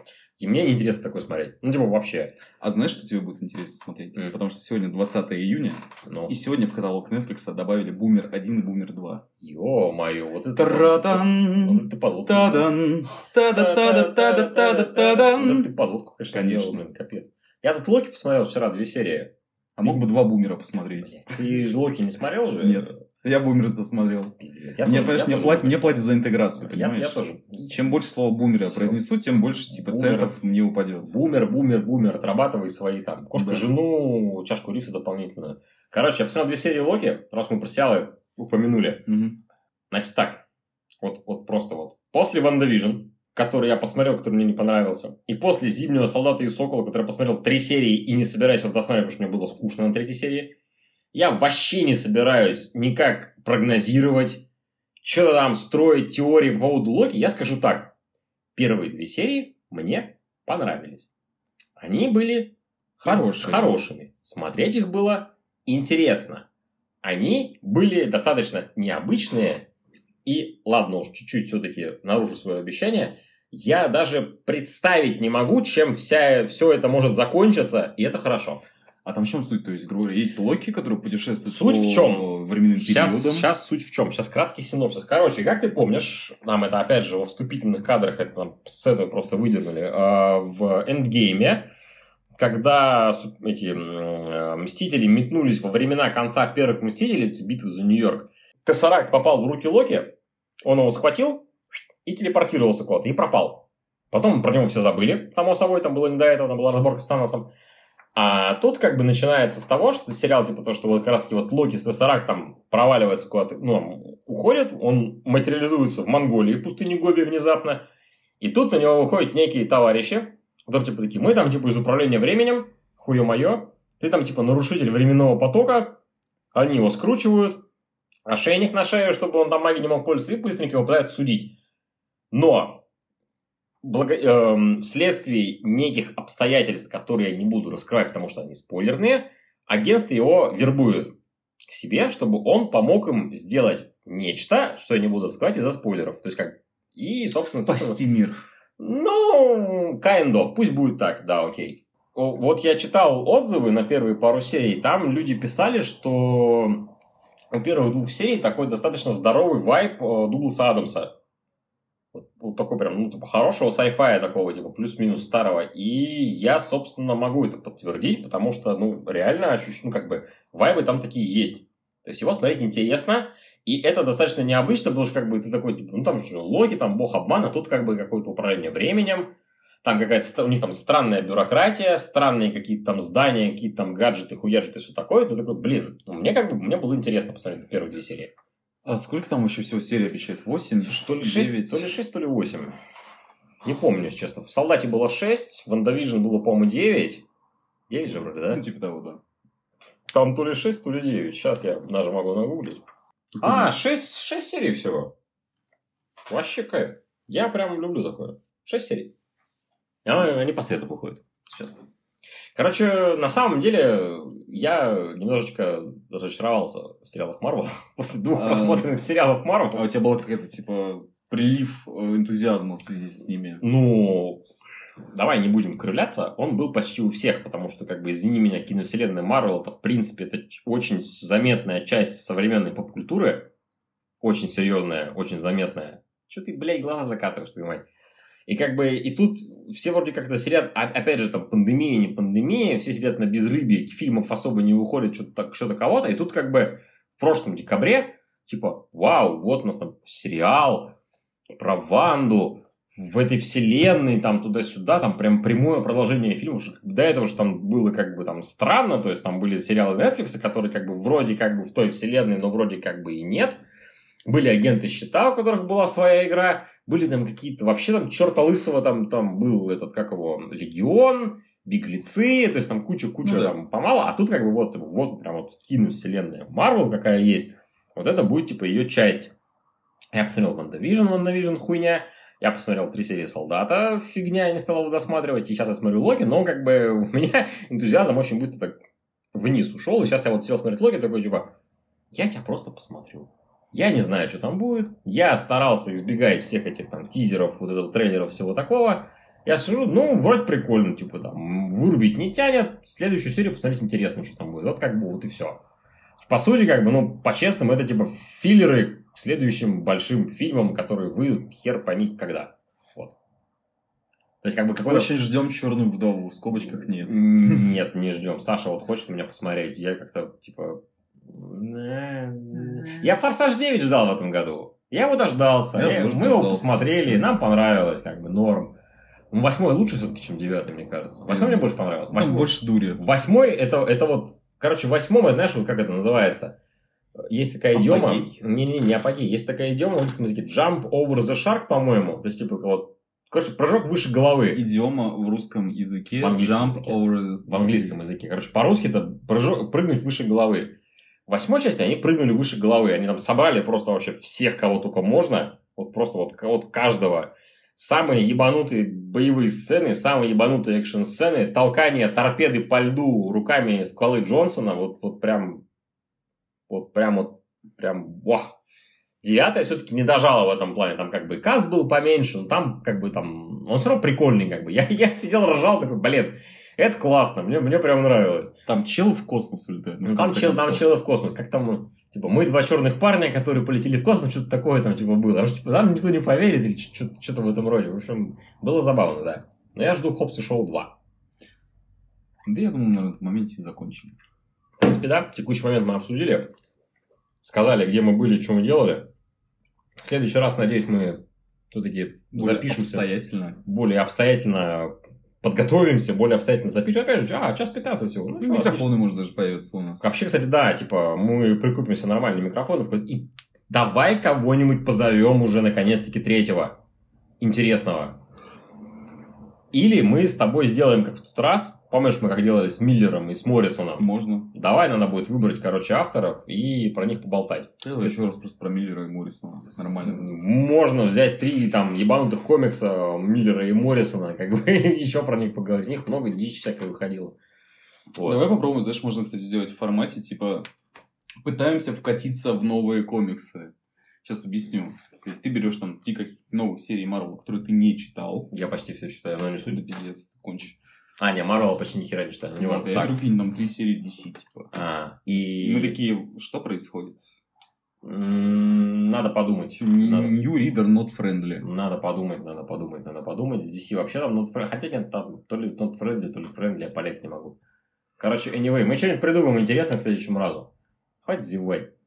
A: И мне неинтересно такое смотреть. Ну, типа, вообще.
B: А знаешь, что тебе будет интересно смотреть?
A: М.
B: Потому что сегодня двадцатое июня,
A: Ну,
B: и сегодня в каталог Netflix добавили Бумер один и Бумер два.
A: ё-моё, вот это... Вот
B: Таратан,
A: это подводку.
B: тадан, та-да-та-да-та-да-та-да-дан.
A: Вот это ты подводку, конечно,
B: Конечно.
A: сделал, блин, капец. Я тут Локи посмотрел вчера, две серии.
B: А мог бы два Бумера посмотреть?
A: Блядь, ты же Локи не смотрел же?
B: Нет. Я Бумер смотрел.
A: Пиздец. Я
B: Мне,
A: тоже-
B: понимаешь,
A: я
B: мне,
A: тоже
B: платят,
A: не
B: мне платят за интеграцию,
A: Я,
B: понимаешь?
A: я тоже.
B: Чем больше слова бумера я
A: Всё.
B: произнесу, тем больше типа
A: Бумера.
B: центов мне упадет.
A: Бумер, бумер, бумер, отрабатывай свои там. Кошку,
B: Да.
A: жену, чашку риса дополнительную. Короче, я посмотрел две серии Локи, раз мы про сериалы упомянули.
B: Мгм.
A: Значит так, вот, вот просто вот. После Ван Division, который я посмотрел, который мне не понравился, и после Зимнего Солдата и Сокола, который я посмотрел три серии и не собираюсь его досматривать, потому что мне было скучно на третьей серии, я вообще не собираюсь никак прогнозировать, что-то там строить теории по поводу Локи. Я скажу так. Первые две серии мне понравились. Они были
B: Хорошие.
A: хорошими. Смотреть их было интересно. Они были достаточно необычные. И, ладно уж, чуть-чуть все-таки нарушу свое обещание. Я даже представить не могу, чем вся, все это может закончиться. И это хорошо.
B: А там в чем суть? То есть, грубо говоря, есть Локи, который путешествует
A: Суть
B: по
A: в чем?
B: временным
A: Сейчас,
B: периодам.
A: сейчас суть в чем? Сейчас краткий синопсис. Короче, как ты помнишь, нам это опять же во вступительных кадрах это там с этого просто выдернули, э, в Эндгейме, когда су- эти м, Мстители метнулись во времена конца первых Мстителей, битвы за Нью-Йорк, Тессеракт попал в руки Локи, он его схватил и телепортировался куда-то, и пропал. Потом про него все забыли, само собой, там было не до этого, там была разборка с Таносом. А тут как бы начинается с того, что сериал типа то, что вот как раз таки вот Локи с Тессерактом проваливается куда-то, ну, уходит, он материализуется в Монголии, в пустыне Гоби внезапно, и тут на него выходят некие товарищи, которые типа такие, мы там типа из управления временем, хуе мое, ты там типа нарушитель временного потока, они его скручивают, ошейник на шею, чтобы он там магией не мог пользоваться, и быстренько его пытаются судить. Но благо, эм, вследствие неких обстоятельств, которые я не буду раскрывать, потому что они спойлерные, агентство его вербует к себе, чтобы он помог им сделать нечто, что я не буду раскрывать из-за спойлеров. То есть как... И, собственно...
B: Спасти мир.
A: Ну, kind of. Пусть будет так, да, окей. О, Вот я читал отзывы на первые пару серий, там люди писали, что у первых двух серий такой достаточно здоровый вайб э, Дугласа Адамса. Вот, вот такой прям, ну, типа, хорошего сайфая такого, типа, плюс-минус старого. И я, собственно, могу это подтвердить, потому что, ну, реально ощущаю, ну, как бы, вайбы там такие есть. То есть, его смотреть интересно, и это достаточно необычно, потому что, как бы, ты такой, типа, ну, там что, логи, там, бог обмана, тут, как бы, какое-то управление временем, там какая-то, у них там странная бюрократия, странные какие-то там здания, какие-то там гаджеты, хуяджеты, все такое. Ты такой, блин, ну, мне, как бы, мне было интересно посмотреть первые две серии.
B: А сколько там еще всего серий обещают? восемь?
A: Что ли шесть, то ли шесть, то ли восемь. Не помню, если честно. В «Солдате» было шесть, в «WandaVision» было, по-моему, девять. девять же вроде, да?
B: Ну, типа того, да.
A: Там то ли шесть, то ли девять. Сейчас я даже могу нагуглить. А, шесть, шесть серий всего. Вообще кайф. Я прям люблю такое. шесть серий. А они по свету выходят сейчас. Короче, на самом деле, я немножечко разочаровался в сериалах Марвел после двух просмотренных сериалов Марвел.
B: А у тебя был какой-то, типа, прилив энтузиазма в связи с ними?
A: Ну, давай не будем кривляться. Он был почти у всех, потому что, как бы, извини меня, киновселенная Марвел, это, в принципе, это очень заметная часть современной поп-культуры. Очень серьезная, очень заметная. Че ты, блядь, глаза закатываешь, твою мать? И как бы, и тут все вроде как-то сидят, опять же, там, пандемия, не пандемия, все сидят на безрыбье, фильмов особо не выходит, что-то, что-то кого-то, и тут как бы в прошлом декабре, типа, вау, вот у нас там сериал про Ванду в этой вселенной, там, туда-сюда, там, прям прямое продолжение фильма, что до этого же там было как бы там странно, то есть там были сериалы Netflix, которые как бы вроде как бы в той вселенной, но вроде как бы и нет. Были агенты щита, у которых была своя игра. Были там какие-то... Вообще там черта лысого там, там был этот, как его, Легион, Беглецы. То есть там куча-куча ну, да. там помало. А тут как бы вот, вот прям вот киновселенная Марвел какая есть. Вот это будет типа ее часть. Я посмотрел WandaVision, WandaVision хуйня. Я посмотрел три серии Солдата. Фигня, я не стал его досматривать. И сейчас я смотрю Локи. Но как бы у меня энтузиазм очень быстро так вниз ушел. И сейчас я вот сел смотреть Локи такой типа... Я тебя просто посмотрю. Я не знаю, что там будет. Я старался избегать всех этих там тизеров, вот этого трейлеров, всего такого. Я сижу, ну, вроде прикольно, типа там, вырубить не тянет. Следующую серию посмотреть интересно, что там будет. Вот как бы вот и все. По сути, как бы, ну, по-честному, это типа филлеры к следующим большим фильмам, которые выйдут хер пойми когда. Вот. То есть, как бы какой-то...
B: Очень ждем «Черную вдову», в скобочках нет.
A: Нет, не ждем. Саша вот хочет меня посмотреть. Я как-то, типа... Я «Форсаж девять» ждал в этом году. Я его дождался. Я, мы его посмотрели, нам понравилось, как бы, норм. Восьмой лучше все-таки, чем девятый, мне кажется. Восьмой mm. мне больше понравился.
B: Восьмой... больше дури.
A: Восьмой, это, это вот... Короче, восьмом, это, знаешь, вот как это называется? Есть такая идиома... Не-не-не, не апогей. Есть такая идиома на русском языке. Jump over the shark, по-моему. То есть, типа, вот... Короче, прыжок выше головы.
B: Идиома в русском языке.
A: В английском
B: Jump
A: языке.
B: Over the...
A: В английском языке. Короче, по-русски это прыжок, прыгнуть выше головы. В восьмой части они прыгнули выше головы. Они там собрали просто вообще всех, кого только можно. Вот просто вот, вот каждого. Самые ебанутые боевые сцены, самые ебанутые экшн-сцены, толкание торпеды по льду руками Скалы Джонсона. Вот, вот прям... Вот прям вот... Прям... Вах! Девятая все-таки не дожала в этом плане. Там как бы каст был поменьше, но там как бы там... Он все равно прикольный как бы. Я, я сидел, ржал, такой, блин... Это классно, мне, мне прям нравилось.
B: Там челы в космос улетают.
A: Ну, там, чел, там челы в космос. Как там, типа, мы два черных парня, которые полетели в космос, что-то такое там, типа, было. А что, типа, нам никто не поверит, или что-то, что-то в этом роде. В общем, было забавно, да. Но я жду Хопс и Шоу два.
B: Да, я думаю, на этом моменте закончим.
A: В принципе, да, текущий момент мы обсудили. Сказали, где мы были, что мы делали. В следующий раз, надеюсь, мы все-таки
B: более
A: запишемся.
B: Обстоятельно.
A: Более обстоятельно подготовимся, более обстоятельно запишем. Опять же, а, час пятнадцать всего. Ну,
B: ну, микрофоны, может, даже появятся у нас.
A: Вообще, кстати, да, типа, мы прикупимся нормальные микрофоны. И давай кого-нибудь позовем уже, наконец-таки, третьего интересного. Или мы с тобой сделаем, как в тот раз. Помнишь, мы как делали с Миллером и с Моррисоном?
B: Можно.
A: Давай, надо будет выбрать, короче, авторов и про них поболтать.
B: Давай еще раз просто про Миллера и Моррисона. Нормально.
A: Можно взять три там ебанутых комикса Миллера и Моррисона, как бы еще про них поговорить. У них много дичи всякой выходило.
B: Вот. Давай попробуем, знаешь, можно, кстати, сделать в формате, типа, пытаемся вкатиться в новые комиксы. Сейчас объясню. То есть, ты берешь там три каких-то новых серий Марвел, которые ты не читал.
A: Я почти все читаю, но не суть.
B: Да пиздец, ты кончишь.
A: А, не, Марвел почти ни хера не читаю.
B: Ну, вот, я беру там три серии ди си, типа.
A: А, и...
B: И мы такие, что происходит?
A: Mm, Надо подумать. Надо...
B: New reader not friendly.
A: Надо подумать, надо подумать, надо подумать. Здесь и вообще там not friendly. Хотя нет, там то ли not friendly, то ли friendly, я понять не могу. Короче, anyway, мы что-нибудь придумаем интересное к следующему разу. Хватит зевать.